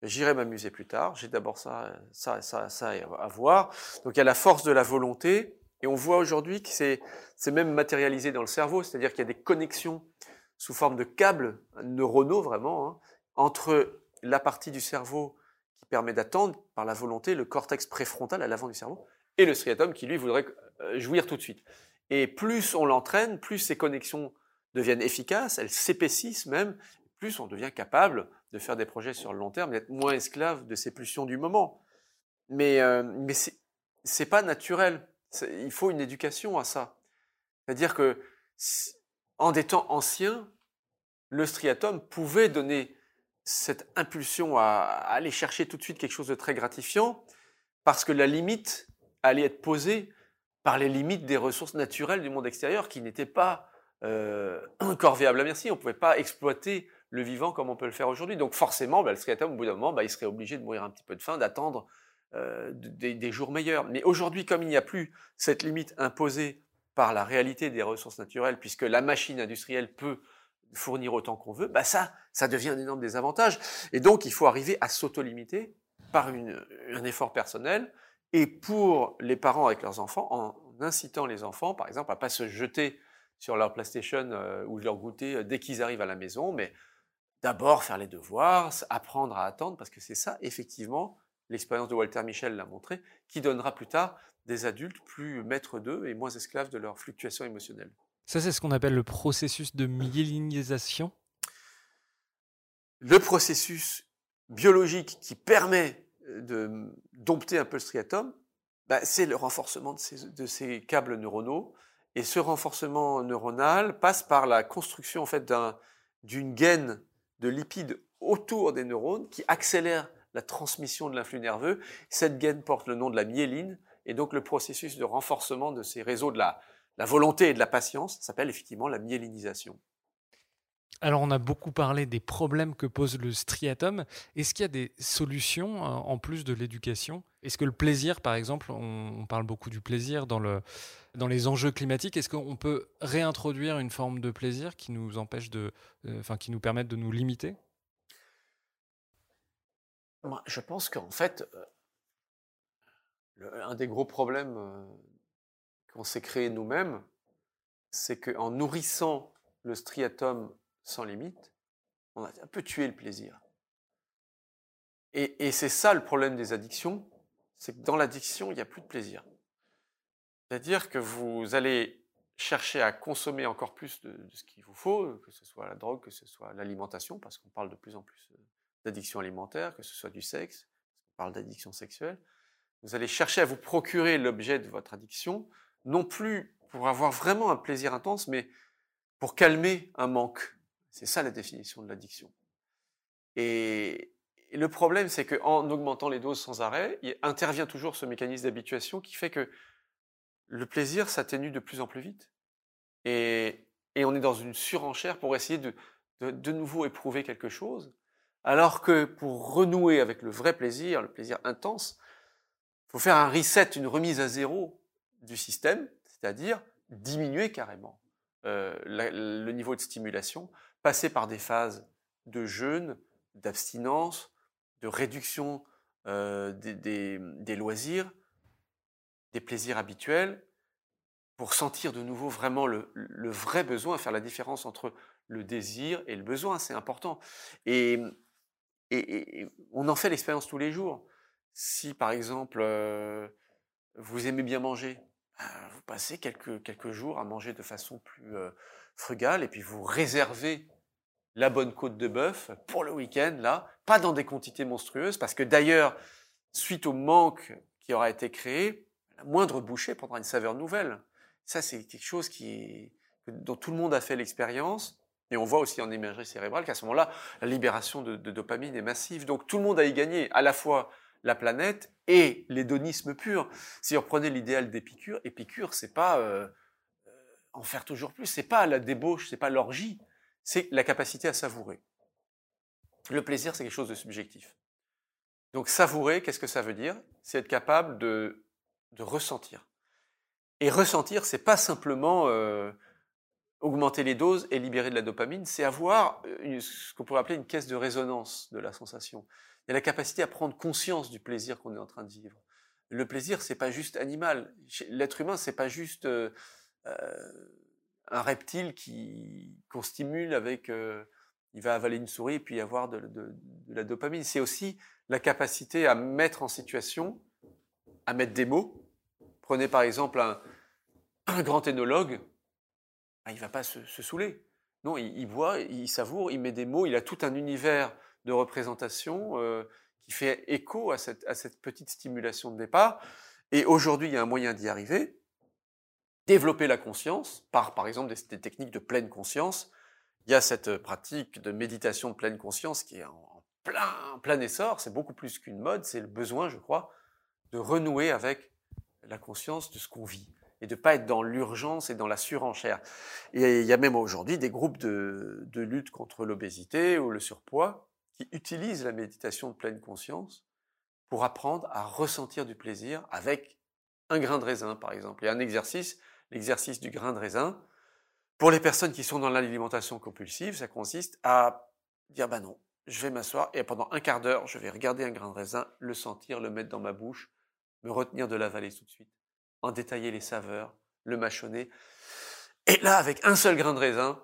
j'irai m'amuser plus tard, j'ai d'abord ça, ça, ça, ça à voir. Donc il y a la force de la volonté, et on voit aujourd'hui que c'est, c'est même matérialisé dans le cerveau, c'est-à-dire qu'il y a des connexions sous forme de câbles neuronaux vraiment, hein, entre la partie du cerveau qui permet d'attendre par la volonté, le cortex préfrontal à l'avant du cerveau, et le striatum qui lui voudrait jouir tout de suite. Et plus on l'entraîne, plus ces connexions deviennent efficaces, elles s'épaississent même, plus on devient capable de faire des projets sur le long terme, d'être moins esclave de ces pulsions du moment. Mais, euh, mais c'est, c'est pas naturel. C'est, il faut une éducation à ça. C'est-à-dire que, en des temps anciens, le striatum pouvait donner cette impulsion à, à aller chercher tout de suite quelque chose de très gratifiant, parce que la limite allait être posée par les limites des ressources naturelles du monde extérieur qui n'étaient pas euh, corvéables à merci. On ne pouvait pas exploiter le vivant comme on peut le faire aujourd'hui. Donc forcément, bah, le striatum, au bout d'un moment, bah, il serait obligé de mourir un petit peu de faim, d'attendre euh, des, des jours meilleurs. Mais aujourd'hui, comme il n'y a plus cette limite imposée par la réalité des ressources naturelles, puisque la machine industrielle peut fournir autant qu'on veut, bah ça, ça devient un énorme désavantage. Et donc, il faut arriver à s'auto-limiter par une, un effort personnel, et pour les parents avec leurs enfants, en incitant les enfants, par exemple, à pas se jeter sur leur PlayStation euh, ou leur goûter euh, dès qu'ils arrivent à la maison, mais d'abord faire les devoirs, apprendre à attendre, parce que c'est ça, effectivement, l'expérience de Walter Mischel l'a montré, qui donnera plus tard des adultes plus maîtres d'eux et moins esclaves de leurs fluctuations émotionnelles. Ça, c'est ce qu'on appelle le processus de myélinisation. Le processus biologique qui permet de dompter un peu le striatum, bah, c'est le renforcement de ces, de ces câbles neuronaux. Et ce renforcement neuronal passe par la construction en fait, d'un, d'une gaine de lipides autour des neurones qui accélère la transmission de l'influx nerveux. Cette gaine porte le nom de la myéline, et donc le processus de renforcement de ces réseaux de la, la volonté et de la patience s'appelle effectivement la myélinisation. Alors, on a beaucoup parlé des problèmes que pose le striatum. Est-ce qu'il y a des solutions euh, en plus de l'éducation ? Est-ce que le plaisir, par exemple, on, on parle beaucoup du plaisir dans, le, dans les enjeux climatiques, est-ce qu'on peut réintroduire une forme de plaisir qui nous empêche de, euh, enfin, qui nous permette de nous limiter ? Moi, je pense qu'en fait, euh, le, un des gros problèmes euh, qu'on s'est créé nous-mêmes, c'est qu'en nourrissant le striatum sans limite, on a un peu tué le plaisir. Et, et c'est ça le problème des addictions, c'est que dans l'addiction, il n'y a plus de plaisir. C'est-à-dire que vous allez chercher à consommer encore plus de, de ce qu'il vous faut, que ce soit la drogue, que ce soit l'alimentation, parce qu'on parle de plus en plus d'addiction alimentaire, que ce soit du sexe, on parle d'addiction sexuelle. Vous allez chercher à vous procurer l'objet de votre addiction, non plus pour avoir vraiment un plaisir intense, mais pour calmer un manque. C'est ça la définition de l'addiction. Et, et le problème, c'est qu'en augmentant les doses sans arrêt, il intervient toujours ce mécanisme d'habituation qui fait que le plaisir s'atténue de plus en plus vite. Et, et on est dans une surenchère pour essayer de, de, de nouveau éprouver quelque chose, alors que pour renouer avec le vrai plaisir, le plaisir intense, il faut faire un reset, une remise à zéro du système, c'est-à-dire diminuer carrément euh, la, le niveau de stimulation, passer par des phases de jeûne, d'abstinence, de réduction euh, des, des, des loisirs, des plaisirs habituels, pour sentir de nouveau vraiment le, le vrai besoin, faire la différence entre le désir et le besoin, c'est important. Et, et, et on en fait l'expérience tous les jours. Si par exemple, euh, vous aimez bien manger, vous passez quelques, quelques jours à manger de façon plus euh, frugale, et puis vous réservez la bonne côte de bœuf pour le week-end, là, pas dans des quantités monstrueuses, parce que d'ailleurs, suite au manque qui aura été créé, la moindre bouchée prendra une saveur nouvelle. Ça, c'est quelque chose qui, dont tout le monde a fait l'expérience, et on voit aussi en imagerie cérébrale qu'à ce moment-là, la libération de, de dopamine est massive. Donc tout le monde a y gagné, à la fois la planète et l'hédonisme pur. Si on reprenait l'idéal d'Épicure, Épicure, c'est pas euh, en faire toujours plus, c'est pas la débauche, c'est pas l'orgie, c'est la capacité à savourer. Le plaisir, c'est quelque chose de subjectif. Donc savourer, qu'est-ce que ça veut dire ? C'est être capable de, de ressentir. Et ressentir, c'est pas simplement euh, augmenter les doses et libérer de la dopamine, c'est avoir une, ce qu'on pourrait appeler une caisse de résonance de la sensation. Il y a la capacité à prendre conscience du plaisir qu'on est en train de vivre. Le plaisir, c'est pas juste animal. L'être humain, c'est pas juste euh, euh, un reptile qui qu'on stimule avec, euh, il va avaler une souris et puis avoir de, de, de la dopamine. C'est aussi la capacité à mettre en situation, à mettre des mots. Prenez par exemple un, un grand énologue. Ah, il ne va pas se, se saouler. Non, il, il boit, il savoure, il met des mots, il a tout un univers de représentation euh, qui fait écho à cette, à cette petite stimulation de départ. Et aujourd'hui, il y a un moyen d'y arriver. Développer la conscience par, par exemple, des, des techniques de pleine conscience. Il y a cette pratique de méditation de pleine conscience qui est en, en plein, plein essor. C'est beaucoup plus qu'une mode, c'est le besoin, je crois, de renouer avec la conscience de ce qu'on vit. Et de ne pas être dans l'urgence et dans la surenchère. Et il y a même aujourd'hui des groupes de, de lutte contre l'obésité ou le surpoids qui utilisent la méditation de pleine conscience pour apprendre à ressentir du plaisir avec un grain de raisin, par exemple. Il y a un exercice, l'exercice du grain de raisin. Pour les personnes qui sont dans l'alimentation compulsive, ça consiste à dire, bah non, je vais m'asseoir et pendant un quart d'heure, je vais regarder un grain de raisin, le sentir, le mettre dans ma bouche, me retenir de l'avaler tout de suite, en détailler les saveurs, le mâchonner. Et là, avec un seul grain de raisin,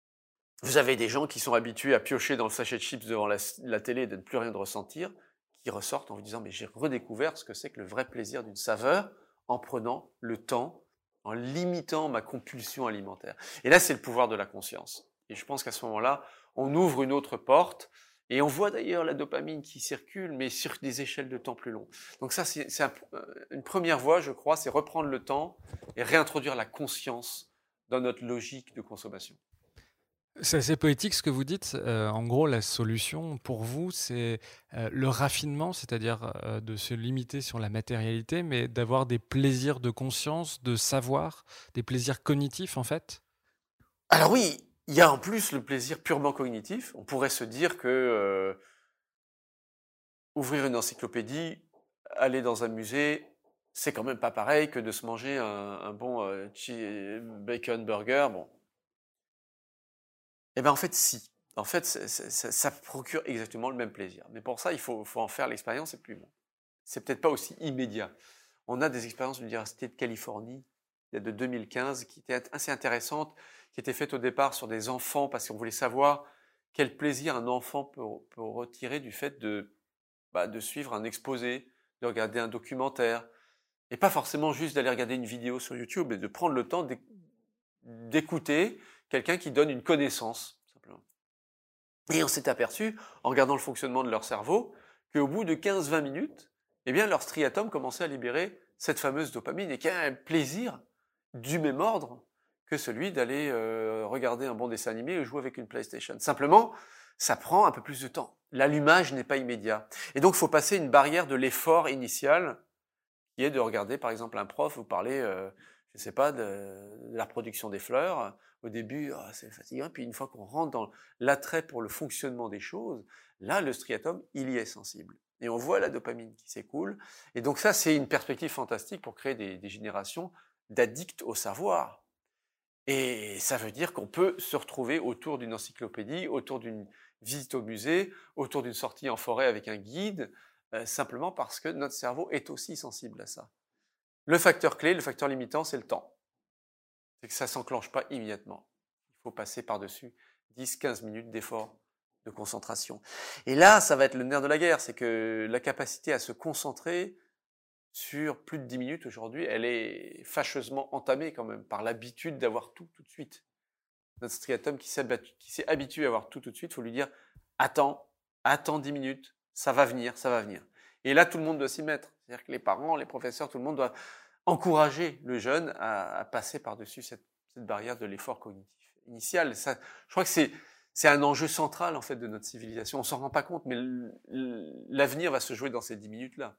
vous avez des gens qui sont habitués à piocher dans le sachet de chips devant la, la télé et de ne plus rien de ressentir, qui ressortent en vous disant, mais j'ai redécouvert ce que c'est que le vrai plaisir d'une saveur en prenant le temps, en limitant ma compulsion alimentaire. Et là, c'est le pouvoir de la conscience. Et je pense qu'à ce moment-là, on ouvre une autre porte. Et on voit d'ailleurs la dopamine qui circule, mais sur des échelles de temps plus longues. Donc ça, c'est, c'est un, une première voie, je crois, c'est reprendre le temps et réintroduire la conscience dans notre logique de consommation. C'est assez poétique ce que vous dites. Euh, en gros, la solution pour vous, c'est euh, le raffinement, c'est-à-dire euh, de se limiter sur la matérialité, mais d'avoir des plaisirs de conscience, de savoir, des plaisirs cognitifs en fait. Alors oui, il y a en plus le plaisir purement cognitif. On pourrait se dire que euh, ouvrir une encyclopédie, aller dans un musée, c'est quand même pas pareil que de se manger un, un bon euh, bacon burger. Bon. Eh bien en fait, si. En fait, ça, ça, ça procure exactement le même plaisir. Mais pour ça, il faut, faut en faire l'expérience et puis bon. C'est peut-être pas aussi immédiat. On a des expériences de l'Université de Californie de deux mille quinze qui étaient assez intéressantes, qui étaient faites au départ sur des enfants parce qu'on voulait savoir quel plaisir un enfant peut, peut retirer du fait de, bah, de suivre un exposé, de regarder un documentaire, et pas forcément juste d'aller regarder une vidéo sur YouTube, mais de prendre le temps d'écouter quelqu'un qui donne une connaissance, simplement. Et on s'est aperçu, en regardant le fonctionnement de leur cerveau, qu'au bout de quinze à vingt minutes, eh bien, leur striatum commençait à libérer cette fameuse dopamine et qu'il y a un plaisir du même ordre que celui d'aller euh, regarder un bon dessin animé ou jouer avec une PlayStation. Simplement, ça prend un peu plus de temps. L'allumage n'est pas immédiat. Et donc, il faut passer une barrière de l'effort initial qui est de regarder, par exemple, un prof vous parler, euh, je ne sais pas, de, de la reproduction des fleurs. Au début, oh, c'est fatigant. Puis une fois qu'on rentre dans l'attrait pour le fonctionnement des choses, là, le striatum, il y est sensible. Et on voit la dopamine qui s'écoule. Et donc ça, c'est une perspective fantastique pour créer des, des générations d'addicts au savoir. Et ça veut dire qu'on peut se retrouver autour d'une encyclopédie, autour d'une visite au musée, autour d'une sortie en forêt avec un guide, euh, simplement parce que notre cerveau est aussi sensible à ça. Le facteur clé, le facteur limitant, c'est le temps. C'est que ça ne s'enclenche pas immédiatement. Il faut passer par-dessus dix à quinze minutes d'effort de concentration. Et là, ça va être le nerf de la guerre, c'est que la capacité à se concentrer sur plus de dix minutes aujourd'hui, elle est fâcheusement entamée quand même par l'habitude d'avoir tout tout de suite. Notre striatum qui s'est, qui s'est habitué à avoir tout tout de suite, il faut lui dire « Attends, attends dix minutes, ça va venir, ça va venir ». Et là, tout le monde doit s'y mettre. C'est-à-dire que les parents, les professeurs, tout le monde doit encourager le jeune à, à passer par-dessus cette, cette barrière de l'effort cognitif initial. Ça, je crois que c'est, c'est un enjeu central en fait de notre civilisation. On s'en rend pas compte, mais l'avenir va se jouer dans ces dix minutes-là.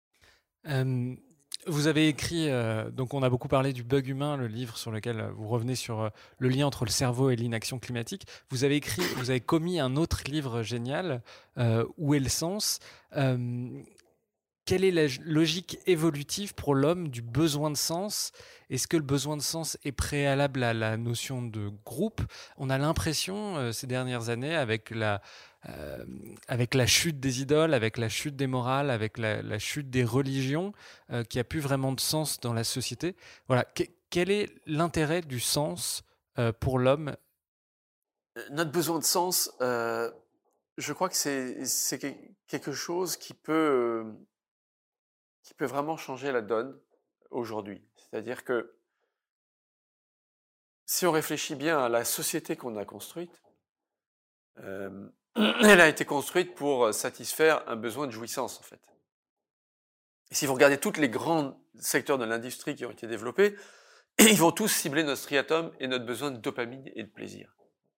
Euh, vous avez écrit, euh, donc on a beaucoup parlé du bug humain, le livre sur lequel vous revenez sur euh, le lien entre le cerveau et l'inaction climatique. Vous avez écrit, vous avez commis un autre livre génial, euh, Où est le sens ? euh, quelle est la logique évolutive pour l'homme du besoin de sens? Est-ce que le besoin de sens est préalable à la notion de groupe? On a l'impression, euh, ces dernières années, avec la, euh, avec la chute des idoles, avec la chute des morales, avec la, la chute des religions, euh, qu'il n'y a plus vraiment de sens dans la société. Voilà. Que- quel est l'intérêt du sens euh, pour l'homme? Notre besoin de sens, euh, je crois que c'est, c'est quelque chose qui peut, qui peut vraiment changer la donne aujourd'hui. C'est-à-dire que si on réfléchit bien à la société qu'on a construite, euh, elle a été construite pour satisfaire un besoin de jouissance, en fait. Et si vous regardez tous les grands secteurs de l'industrie qui ont été développés, ils vont tous cibler notre striatum et notre besoin de dopamine et de plaisir.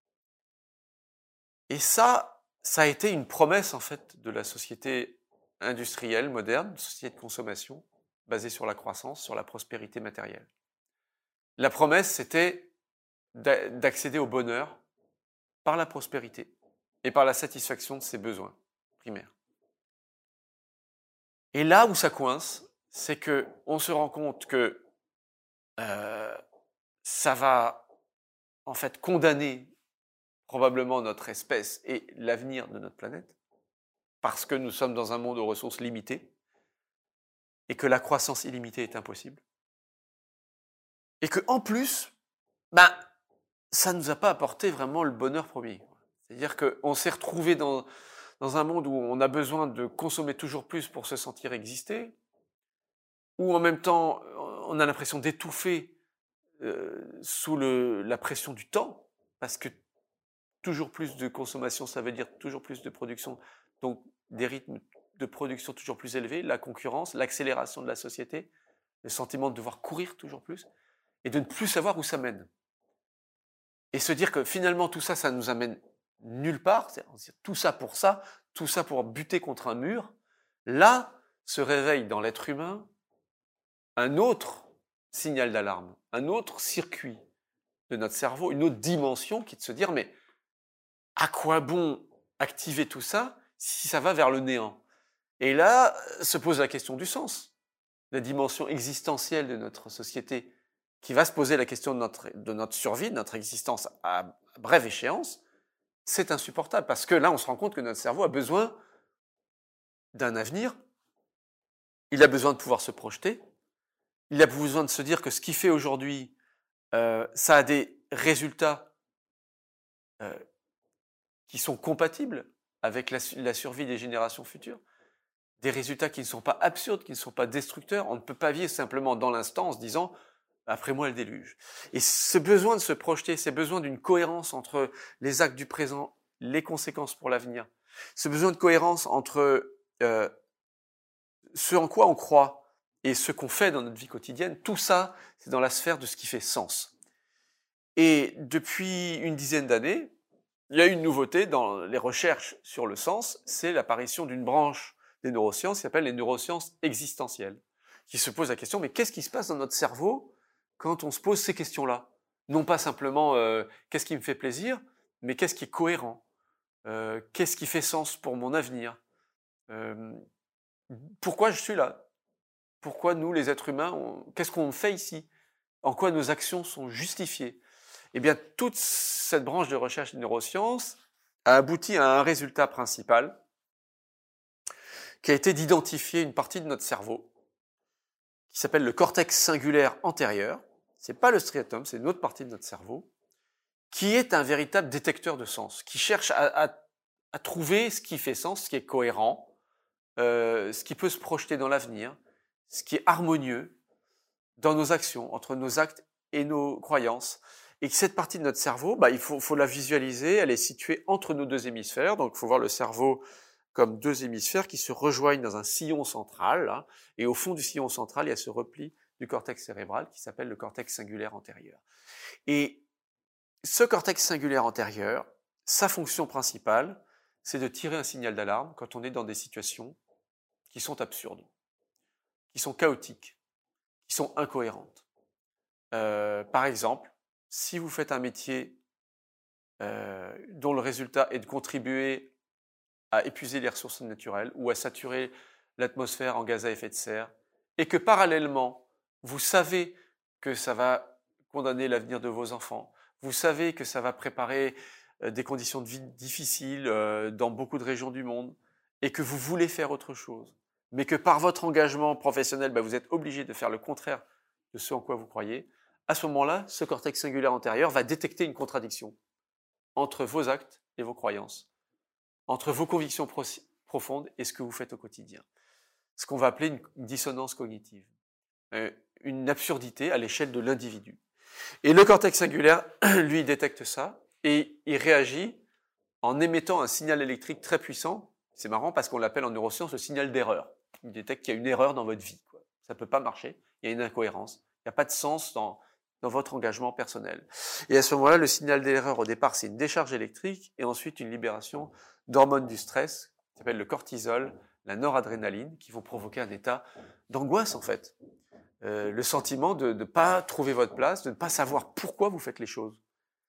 Et ça, ça a été une promesse, en fait, de la société industrielle moderne, une société de consommation, basée sur la croissance, sur la prospérité matérielle. La promesse, c'était d'accéder au bonheur par la prospérité et par la satisfaction de ses besoins primaires. Et là où ça coince, c'est que on se rend compte que euh, ça va en fait condamner probablement notre espèce et l'avenir de notre planète, parce que nous sommes dans un monde aux ressources limitées et que la croissance illimitée est impossible. Et que en plus, ben, ça ne nous a pas apporté vraiment le bonheur premier. C'est-à-dire qu'on s'est retrouvé dans, dans un monde où on a besoin de consommer toujours plus pour se sentir exister, où en même temps, on a l'impression d'étouffer euh, sous le, la pression du temps, parce que toujours plus de consommation, ça veut dire toujours plus de production, donc des rythmes de production toujours plus élevés, la concurrence, l'accélération de la société, le sentiment de devoir courir toujours plus, et de ne plus savoir où ça mène. Et se dire que finalement tout ça, ça nous amène nulle part, c'est-à-dire tout ça pour ça, tout ça pour buter contre un mur, là se réveille dans l'être humain un autre signal d'alarme, un autre circuit de notre cerveau, une autre dimension qui est de se dire mais à quoi bon activer tout ça si ça va vers le néant? Et là se pose la question du sens, la dimension existentielle de notre société qui va se poser la question de notre, de notre survie, de notre existence à brève échéance. C'est insupportable parce que là on se rend compte que notre cerveau a besoin d'un avenir, il a besoin de pouvoir se projeter, il a besoin de se dire que ce qu'il fait aujourd'hui, euh, ça a des résultats euh, qui sont compatibles avec la, la survie des générations futures, des résultats qui ne sont pas absurdes, qui ne sont pas destructeurs. On ne peut pas vivre simplement dans l'instant en se disant « après moi le déluge ». Et ce besoin de se projeter, ce besoin d'une cohérence entre les actes du présent, les conséquences pour l'avenir, ce besoin de cohérence entre euh, ce en quoi on croit et ce qu'on fait dans notre vie quotidienne, tout ça, c'est dans la sphère de ce qui fait sens. Et depuis une dizaine d'années, il y a une nouveauté dans les recherches sur le sens, c'est l'apparition d'une branche des neurosciences qui s'appelle les neurosciences existentielles, qui se pose la question, mais qu'est-ce qui se passe dans notre cerveau quand on se pose ces questions-là? Non pas simplement euh, qu'est-ce qui me fait plaisir, mais qu'est-ce qui est cohérent, euh, qu'est-ce qui fait sens pour mon avenir, euh, pourquoi je suis là, pourquoi nous, les êtres humains, on... qu'est-ce qu'on fait ici, en quoi nos actions sont justifiées. Eh bien, toute cette branche de recherche des neurosciences a abouti à un résultat principal, qui a été d'identifier une partie de notre cerveau, qui s'appelle le cortex singulaire antérieur. C'est pas le striatum, c'est une autre partie de notre cerveau, qui est un véritable détecteur de sens, qui cherche à, à, à trouver ce qui fait sens, ce qui est cohérent, euh, ce qui peut se projeter dans l'avenir, ce qui est harmonieux dans nos actions, entre nos actes et nos croyances. Et que cette partie de notre cerveau, bah, il faut, faut la visualiser, elle est située entre nos deux hémisphères, donc il faut voir le cerveau comme deux hémisphères qui se rejoignent dans un sillon central, là, et au fond du sillon central, il y a ce repli du cortex cérébral qui s'appelle le cortex singulaire antérieur. Et ce cortex singulaire antérieur, sa fonction principale, c'est de tirer un signal d'alarme quand on est dans des situations qui sont absurdes, qui sont chaotiques, qui sont incohérentes. Euh, par exemple, si vous faites un métier euh, dont le résultat est de contribuer à épuiser les ressources naturelles ou à saturer l'atmosphère en gaz à effet de serre, et que parallèlement, vous savez que ça va condamner l'avenir de vos enfants, vous savez que ça va préparer euh, des conditions de vie difficiles euh, dans beaucoup de régions du monde, et que vous voulez faire autre chose, mais que par votre engagement professionnel, bah, vous êtes obligé de faire le contraire de ce en quoi vous croyez, à ce moment-là, ce cortex singulaire antérieur va détecter une contradiction entre vos actes et vos croyances, entre vos convictions pro profondes et ce que vous faites au quotidien. Ce qu'on va appeler une dissonance cognitive, euh, une absurdité à l'échelle de l'individu. Et le cortex singulaire, lui, détecte ça et il réagit en émettant un signal électrique très puissant. C'est marrant parce qu'on l'appelle en neurosciences le signal d'erreur. Il détecte qu'il y a une erreur dans votre vie, quoi. Ça ne peut pas marcher, il y a une incohérence, il n'y a pas de sens dans, dans votre engagement personnel. Et à ce moment-là, le signal d'erreur, au départ, c'est une décharge électrique et ensuite une libération d'hormones du stress, qui s'appelle le cortisol, la noradrénaline, qui vont provoquer un état d'angoisse, en fait. Euh, le sentiment de ne pas trouver votre place, de ne pas savoir pourquoi vous faites les choses.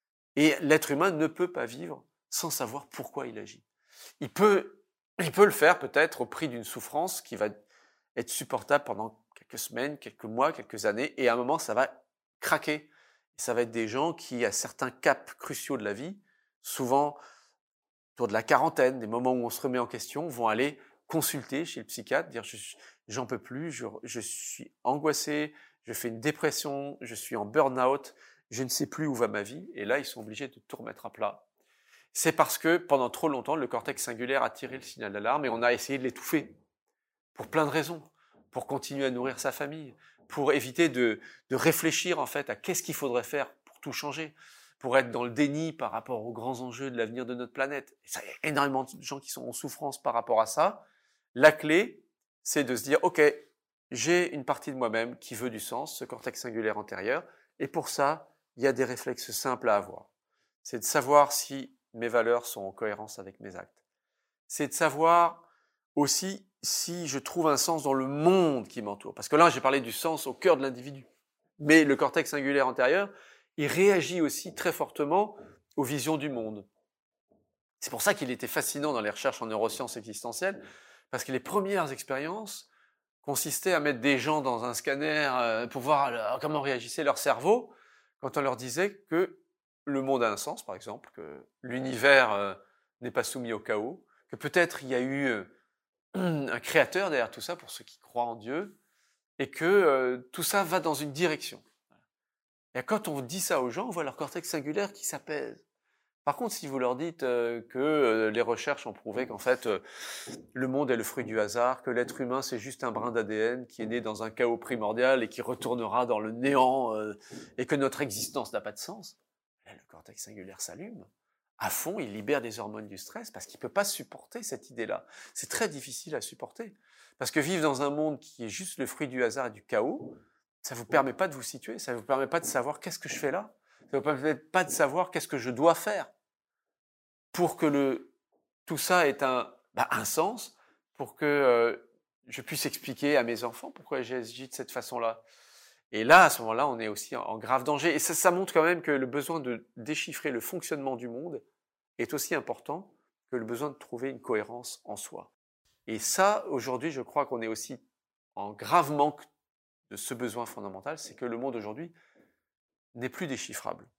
Et l'être humain ne peut pas vivre sans savoir pourquoi il agit. Il peut, il peut le faire peut-être au prix d'une souffrance qui va être supportable pendant quelques semaines, quelques mois, quelques années, et à un moment, ça va craquer. Ça va être des gens qui, à certains caps cruciaux de la vie, souvent autour de la quarantaine, des moments où on se remet en question, vont aller consulter chez le psychiatre, dire je, j'en peux plus, je, je suis angoissé, je fais une dépression, je suis en burn-out, je ne sais plus où va ma vie, et là ils sont obligés de tout remettre à plat. C'est parce que pendant trop longtemps, le cortex singulaire a tiré le signal d'alarme et on a essayé de l'étouffer, pour plein de raisons, pour continuer à nourrir sa famille, pour éviter de, de réfléchir en fait à qu'est-ce qu'il faudrait faire pour tout changer, pour être dans le déni par rapport aux grands enjeux de l'avenir de notre planète. Et ça, il y a énormément de gens qui sont en souffrance par rapport à ça. La clé, c'est de se dire, ok, j'ai une partie de moi-même qui veut du sens, ce cortex singulaire antérieur, et pour ça, il y a des réflexes simples à avoir. C'est de savoir si mes valeurs sont en cohérence avec mes actes. C'est de savoir aussi si je trouve un sens dans le monde qui m'entoure. Parce que là, j'ai parlé du sens au cœur de l'individu. Mais le cortex singulaire antérieur, il réagit aussi très fortement aux visions du monde. C'est pour ça qu'il était fascinant dans les recherches en neurosciences existentielles, parce que les premières expériences consistaient à mettre des gens dans un scanner pour voir comment réagissait leur cerveau quand on leur disait que le monde a un sens, par exemple, que l'univers n'est pas soumis au chaos, que peut-être il y a eu un créateur derrière tout ça, pour ceux qui croient en Dieu, et que euh, tout ça va dans une direction. Et quand on dit ça aux gens, on voit leur cortex singulaire qui s'apaise. Par contre, si vous leur dites euh, que euh, les recherches ont prouvé qu'en fait, euh, le monde est le fruit du hasard, que l'être humain, c'est juste un brin d'A D N qui est né dans un chaos primordial et qui retournera dans le néant, euh, et que notre existence n'a pas de sens, là, le cortex singulaire s'allume. À fond, il libère des hormones du stress parce qu'il ne peut pas supporter cette idée-là. C'est très difficile à supporter. Parce que vivre dans un monde qui est juste le fruit du hasard et du chaos, ça ne vous permet pas de vous situer, ça ne vous permet pas de savoir qu'est-ce que je fais là, ça ne vous permet pas de savoir qu'est-ce que je dois faire pour que le, tout ça ait un, bah, un sens, pour que euh, je puisse expliquer à mes enfants pourquoi j'ai agi de cette façon-là. Et là, à ce moment-là, on est aussi en grave danger. Et ça, ça montre quand même que le besoin de déchiffrer le fonctionnement du monde est aussi important que le besoin de trouver une cohérence en soi. Et ça, aujourd'hui, je crois qu'on est aussi en grave manque de ce besoin fondamental, c'est que le monde aujourd'hui n'est plus déchiffrable.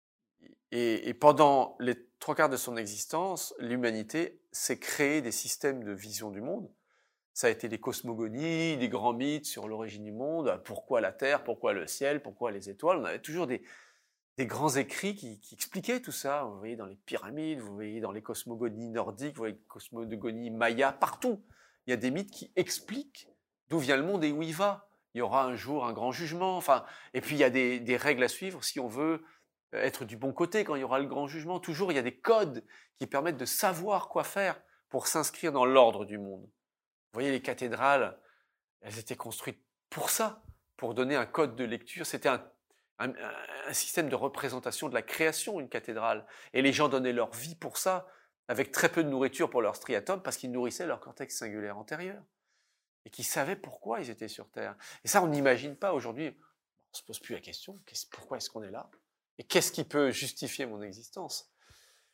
Et, et pendant les trois quarts de son existence, l'humanité s'est créé des systèmes de vision du monde. Ça a été des cosmogonies, des grands mythes sur l'origine du monde, pourquoi la Terre, pourquoi le ciel, pourquoi les étoiles. On avait toujours des, des grands écrits qui, qui expliquaient tout ça. Vous voyez dans les pyramides, vous voyez dans les cosmogonies nordiques, vous voyez les cosmogonies mayas, partout. Il y a des mythes qui expliquent d'où vient le monde et où il va. Il y aura un jour un grand jugement. Enfin, et puis il y a des, des règles à suivre si on veut être du bon côté quand il y aura le grand jugement. Toujours, il y a des codes qui permettent de savoir quoi faire pour s'inscrire dans l'ordre du monde. Vous voyez, les cathédrales, elles étaient construites pour ça, pour donner un code de lecture. C'était un, un, un système de représentation de la création, une cathédrale. Et les gens donnaient leur vie pour ça, avec très peu de nourriture pour leur striatum, parce qu'ils nourrissaient leur cortex singulaire antérieur. Et qu'ils savaient pourquoi ils étaient sur Terre. Et ça, on n'imagine pas aujourd'hui. On ne se pose plus la question, pourquoi est-ce qu'on est là? Et qu'est-ce qui peut justifier mon existence?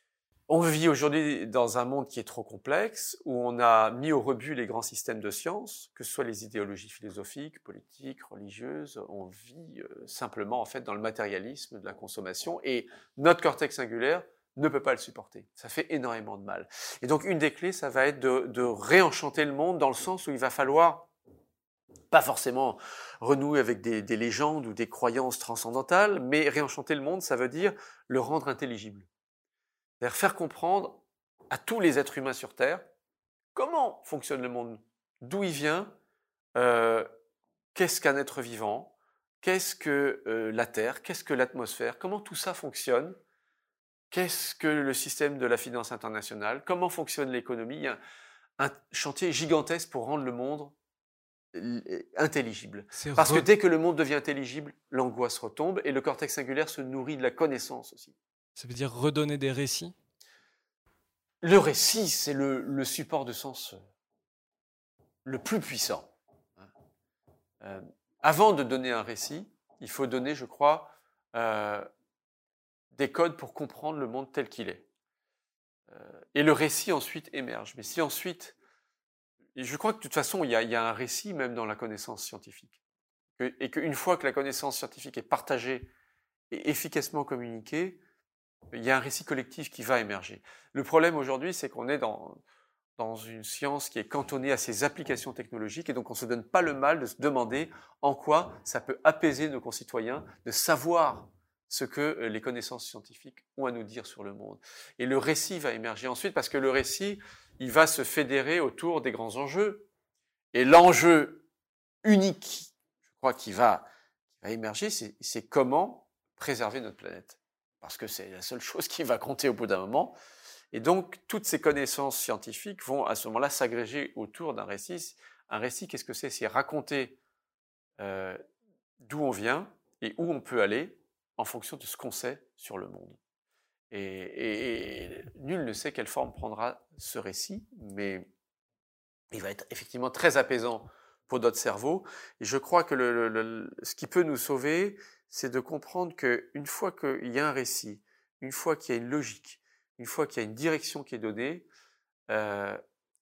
On vit aujourd'hui dans un monde qui est trop complexe, où on a mis au rebut les grands systèmes de science, que ce soit les idéologies philosophiques, politiques, religieuses. On vit euh, simplement en fait dans le matérialisme de la consommation, et notre cortex singulaire ne peut pas le supporter. Ça fait énormément de mal. Et donc une des clés, ça va être de, de réenchanter le monde dans le sens où il va falloir pas forcément renouer avec des, des légendes ou des croyances transcendantales, mais réenchanter le monde, ça veut dire le rendre intelligible. C'est-à-dire faire comprendre à tous les êtres humains sur Terre comment fonctionne le monde, d'où il vient, euh, qu'est-ce qu'un être vivant, qu'est-ce que euh, la Terre, qu'est-ce que l'atmosphère, comment tout ça fonctionne, qu'est-ce que le système de la finance internationale, comment fonctionne l'économie. Il y a un, un chantier gigantesque pour rendre le monde intelligible. C'est Parce re... que dès que le monde devient intelligible, l'angoisse retombe et le cortex singulaire se nourrit de la connaissance aussi. Ça veut dire redonner des récits ? Le récit, c'est le, le support de sens le plus puissant. Euh, avant de donner un récit, il faut donner, je crois, euh, des codes pour comprendre le monde tel qu'il est. Euh, et le récit ensuite émerge. Mais si ensuite... Et je crois que de toute façon, il y a, il y a un récit même dans la connaissance scientifique. Que, et qu'une fois que la connaissance scientifique est partagée et efficacement communiquée, il y a un récit collectif qui va émerger. Le problème aujourd'hui, c'est qu'on est dans, dans une science qui est cantonnée à ses applications technologiques, et donc on ne se donne pas le mal de se demander en quoi ça peut apaiser nos concitoyens, de savoir ce que les connaissances scientifiques ont à nous dire sur le monde. Et le récit va émerger ensuite, parce que le récit, il va se fédérer autour des grands enjeux. Et l'enjeu unique, je crois, qui va, qui va émerger, c'est, c'est comment préserver notre planète. Parce que c'est la seule chose qui va compter au bout d'un moment. Et donc, toutes ces connaissances scientifiques vont à ce moment-là s'agréger autour d'un récit. Un récit, qu'est-ce que c'est ? C'est raconter euh, d'où on vient et où on peut aller en fonction de ce qu'on sait sur le monde. Et, et, et nul ne sait quelle forme prendra ce récit, mais il va être effectivement très apaisant pour notre cerveau. Et je crois que le, le, le, ce qui peut nous sauver, c'est de comprendre qu'une fois qu'il y a un récit, une fois qu'il y a une logique, une fois qu'il y a une direction qui est donnée, euh,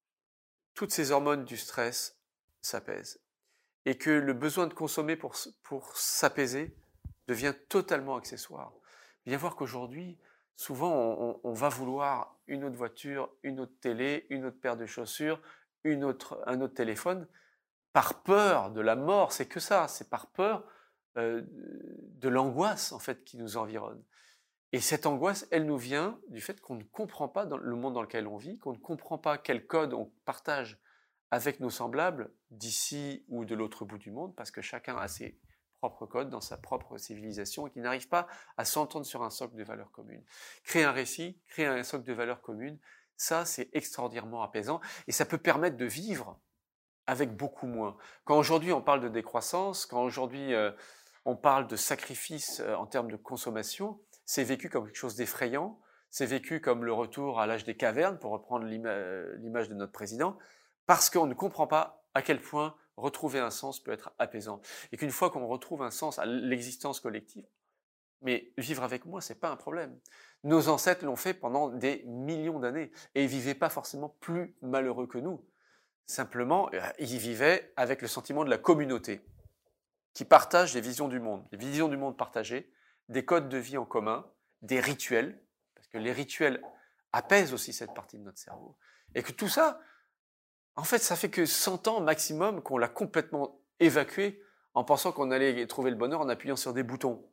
toutes ces hormones du stress s'apaisent. Et que le besoin de consommer pour, pour s'apaiser devient totalement accessoire. Bien voir qu'aujourd'hui, souvent, on, on va vouloir une autre voiture, une autre télé, une autre paire de chaussures, une autre, un autre téléphone, par peur de la mort. C'est que ça, c'est par peur euh, de l'angoisse en fait qui nous environne. Et cette angoisse, elle nous vient du fait qu'on ne comprend pas dans le monde dans lequel on vit, qu'on ne comprend pas quel code on partage avec nos semblables d'ici ou de l'autre bout du monde, parce que chacun a ses propres codes dans sa propre civilisation et qui n'arrive pas à s'entendre sur un socle de valeurs communes. Créer un récit, créer un socle de valeurs communes, ça c'est extraordinairement apaisant et ça peut permettre de vivre avec beaucoup moins. Quand aujourd'hui on parle de décroissance, quand aujourd'hui euh, on parle de sacrifice euh, en termes de consommation, c'est vécu comme quelque chose d'effrayant, c'est vécu comme le retour à l'âge des cavernes, pour reprendre l'ima- l'image de notre président, parce qu'on ne comprend pas à quel point retrouver un sens peut être apaisant. Et qu'une fois qu'on retrouve un sens à l'existence collective, mais vivre avec moi, c'est pas un problème. Nos ancêtres l'ont fait pendant des millions d'années, et ils vivaient pas forcément plus malheureux que nous. Simplement, ils vivaient avec le sentiment de la communauté, qui partage des visions du monde, des visions du monde partagées, des codes de vie en commun, des rituels, parce que les rituels apaisent aussi cette partie de notre cerveau. Et que tout ça, en fait, ça fait que cent ans maximum qu'on l'a complètement évacué en pensant qu'on allait trouver le bonheur en appuyant sur des boutons.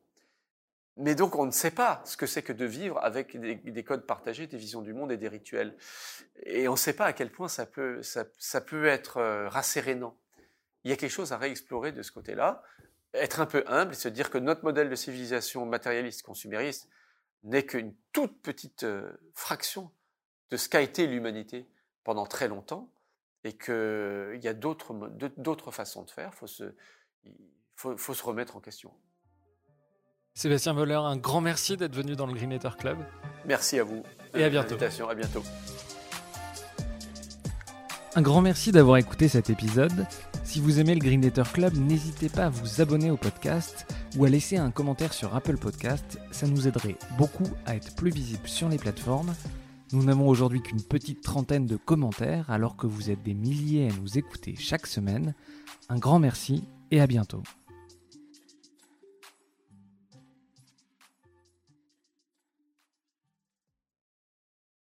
Mais donc, on ne sait pas ce que c'est que de vivre avec des, des codes partagés, des visions du monde et des rituels. Et on ne sait pas à quel point ça peut, ça, ça peut être euh, rassérénant. Il y a quelque chose à réexplorer de ce côté-là, être un peu humble et se dire que notre modèle de civilisation matérialiste, consumériste, n'est qu'une toute petite euh, fraction de ce qu'a été l'humanité pendant très longtemps, et qu'il y a d'autres, d'autres façons de faire. Faut se, il faut, faut se remettre en question. Sébastien Voller, un grand merci d'être venu dans le Green Eater Club. Merci à vous. Et à bientôt. À bientôt. Un grand merci d'avoir écouté cet épisode. Si vous aimez le Green Eater Club, n'hésitez pas à vous abonner au podcast ou à laisser un commentaire sur Apple Podcast. Ça nous aiderait beaucoup à être plus visible sur les plateformes. Nous n'avons aujourd'hui qu'une petite trentaine de commentaires alors que vous êtes des milliers à nous écouter chaque semaine. Un grand merci et à bientôt.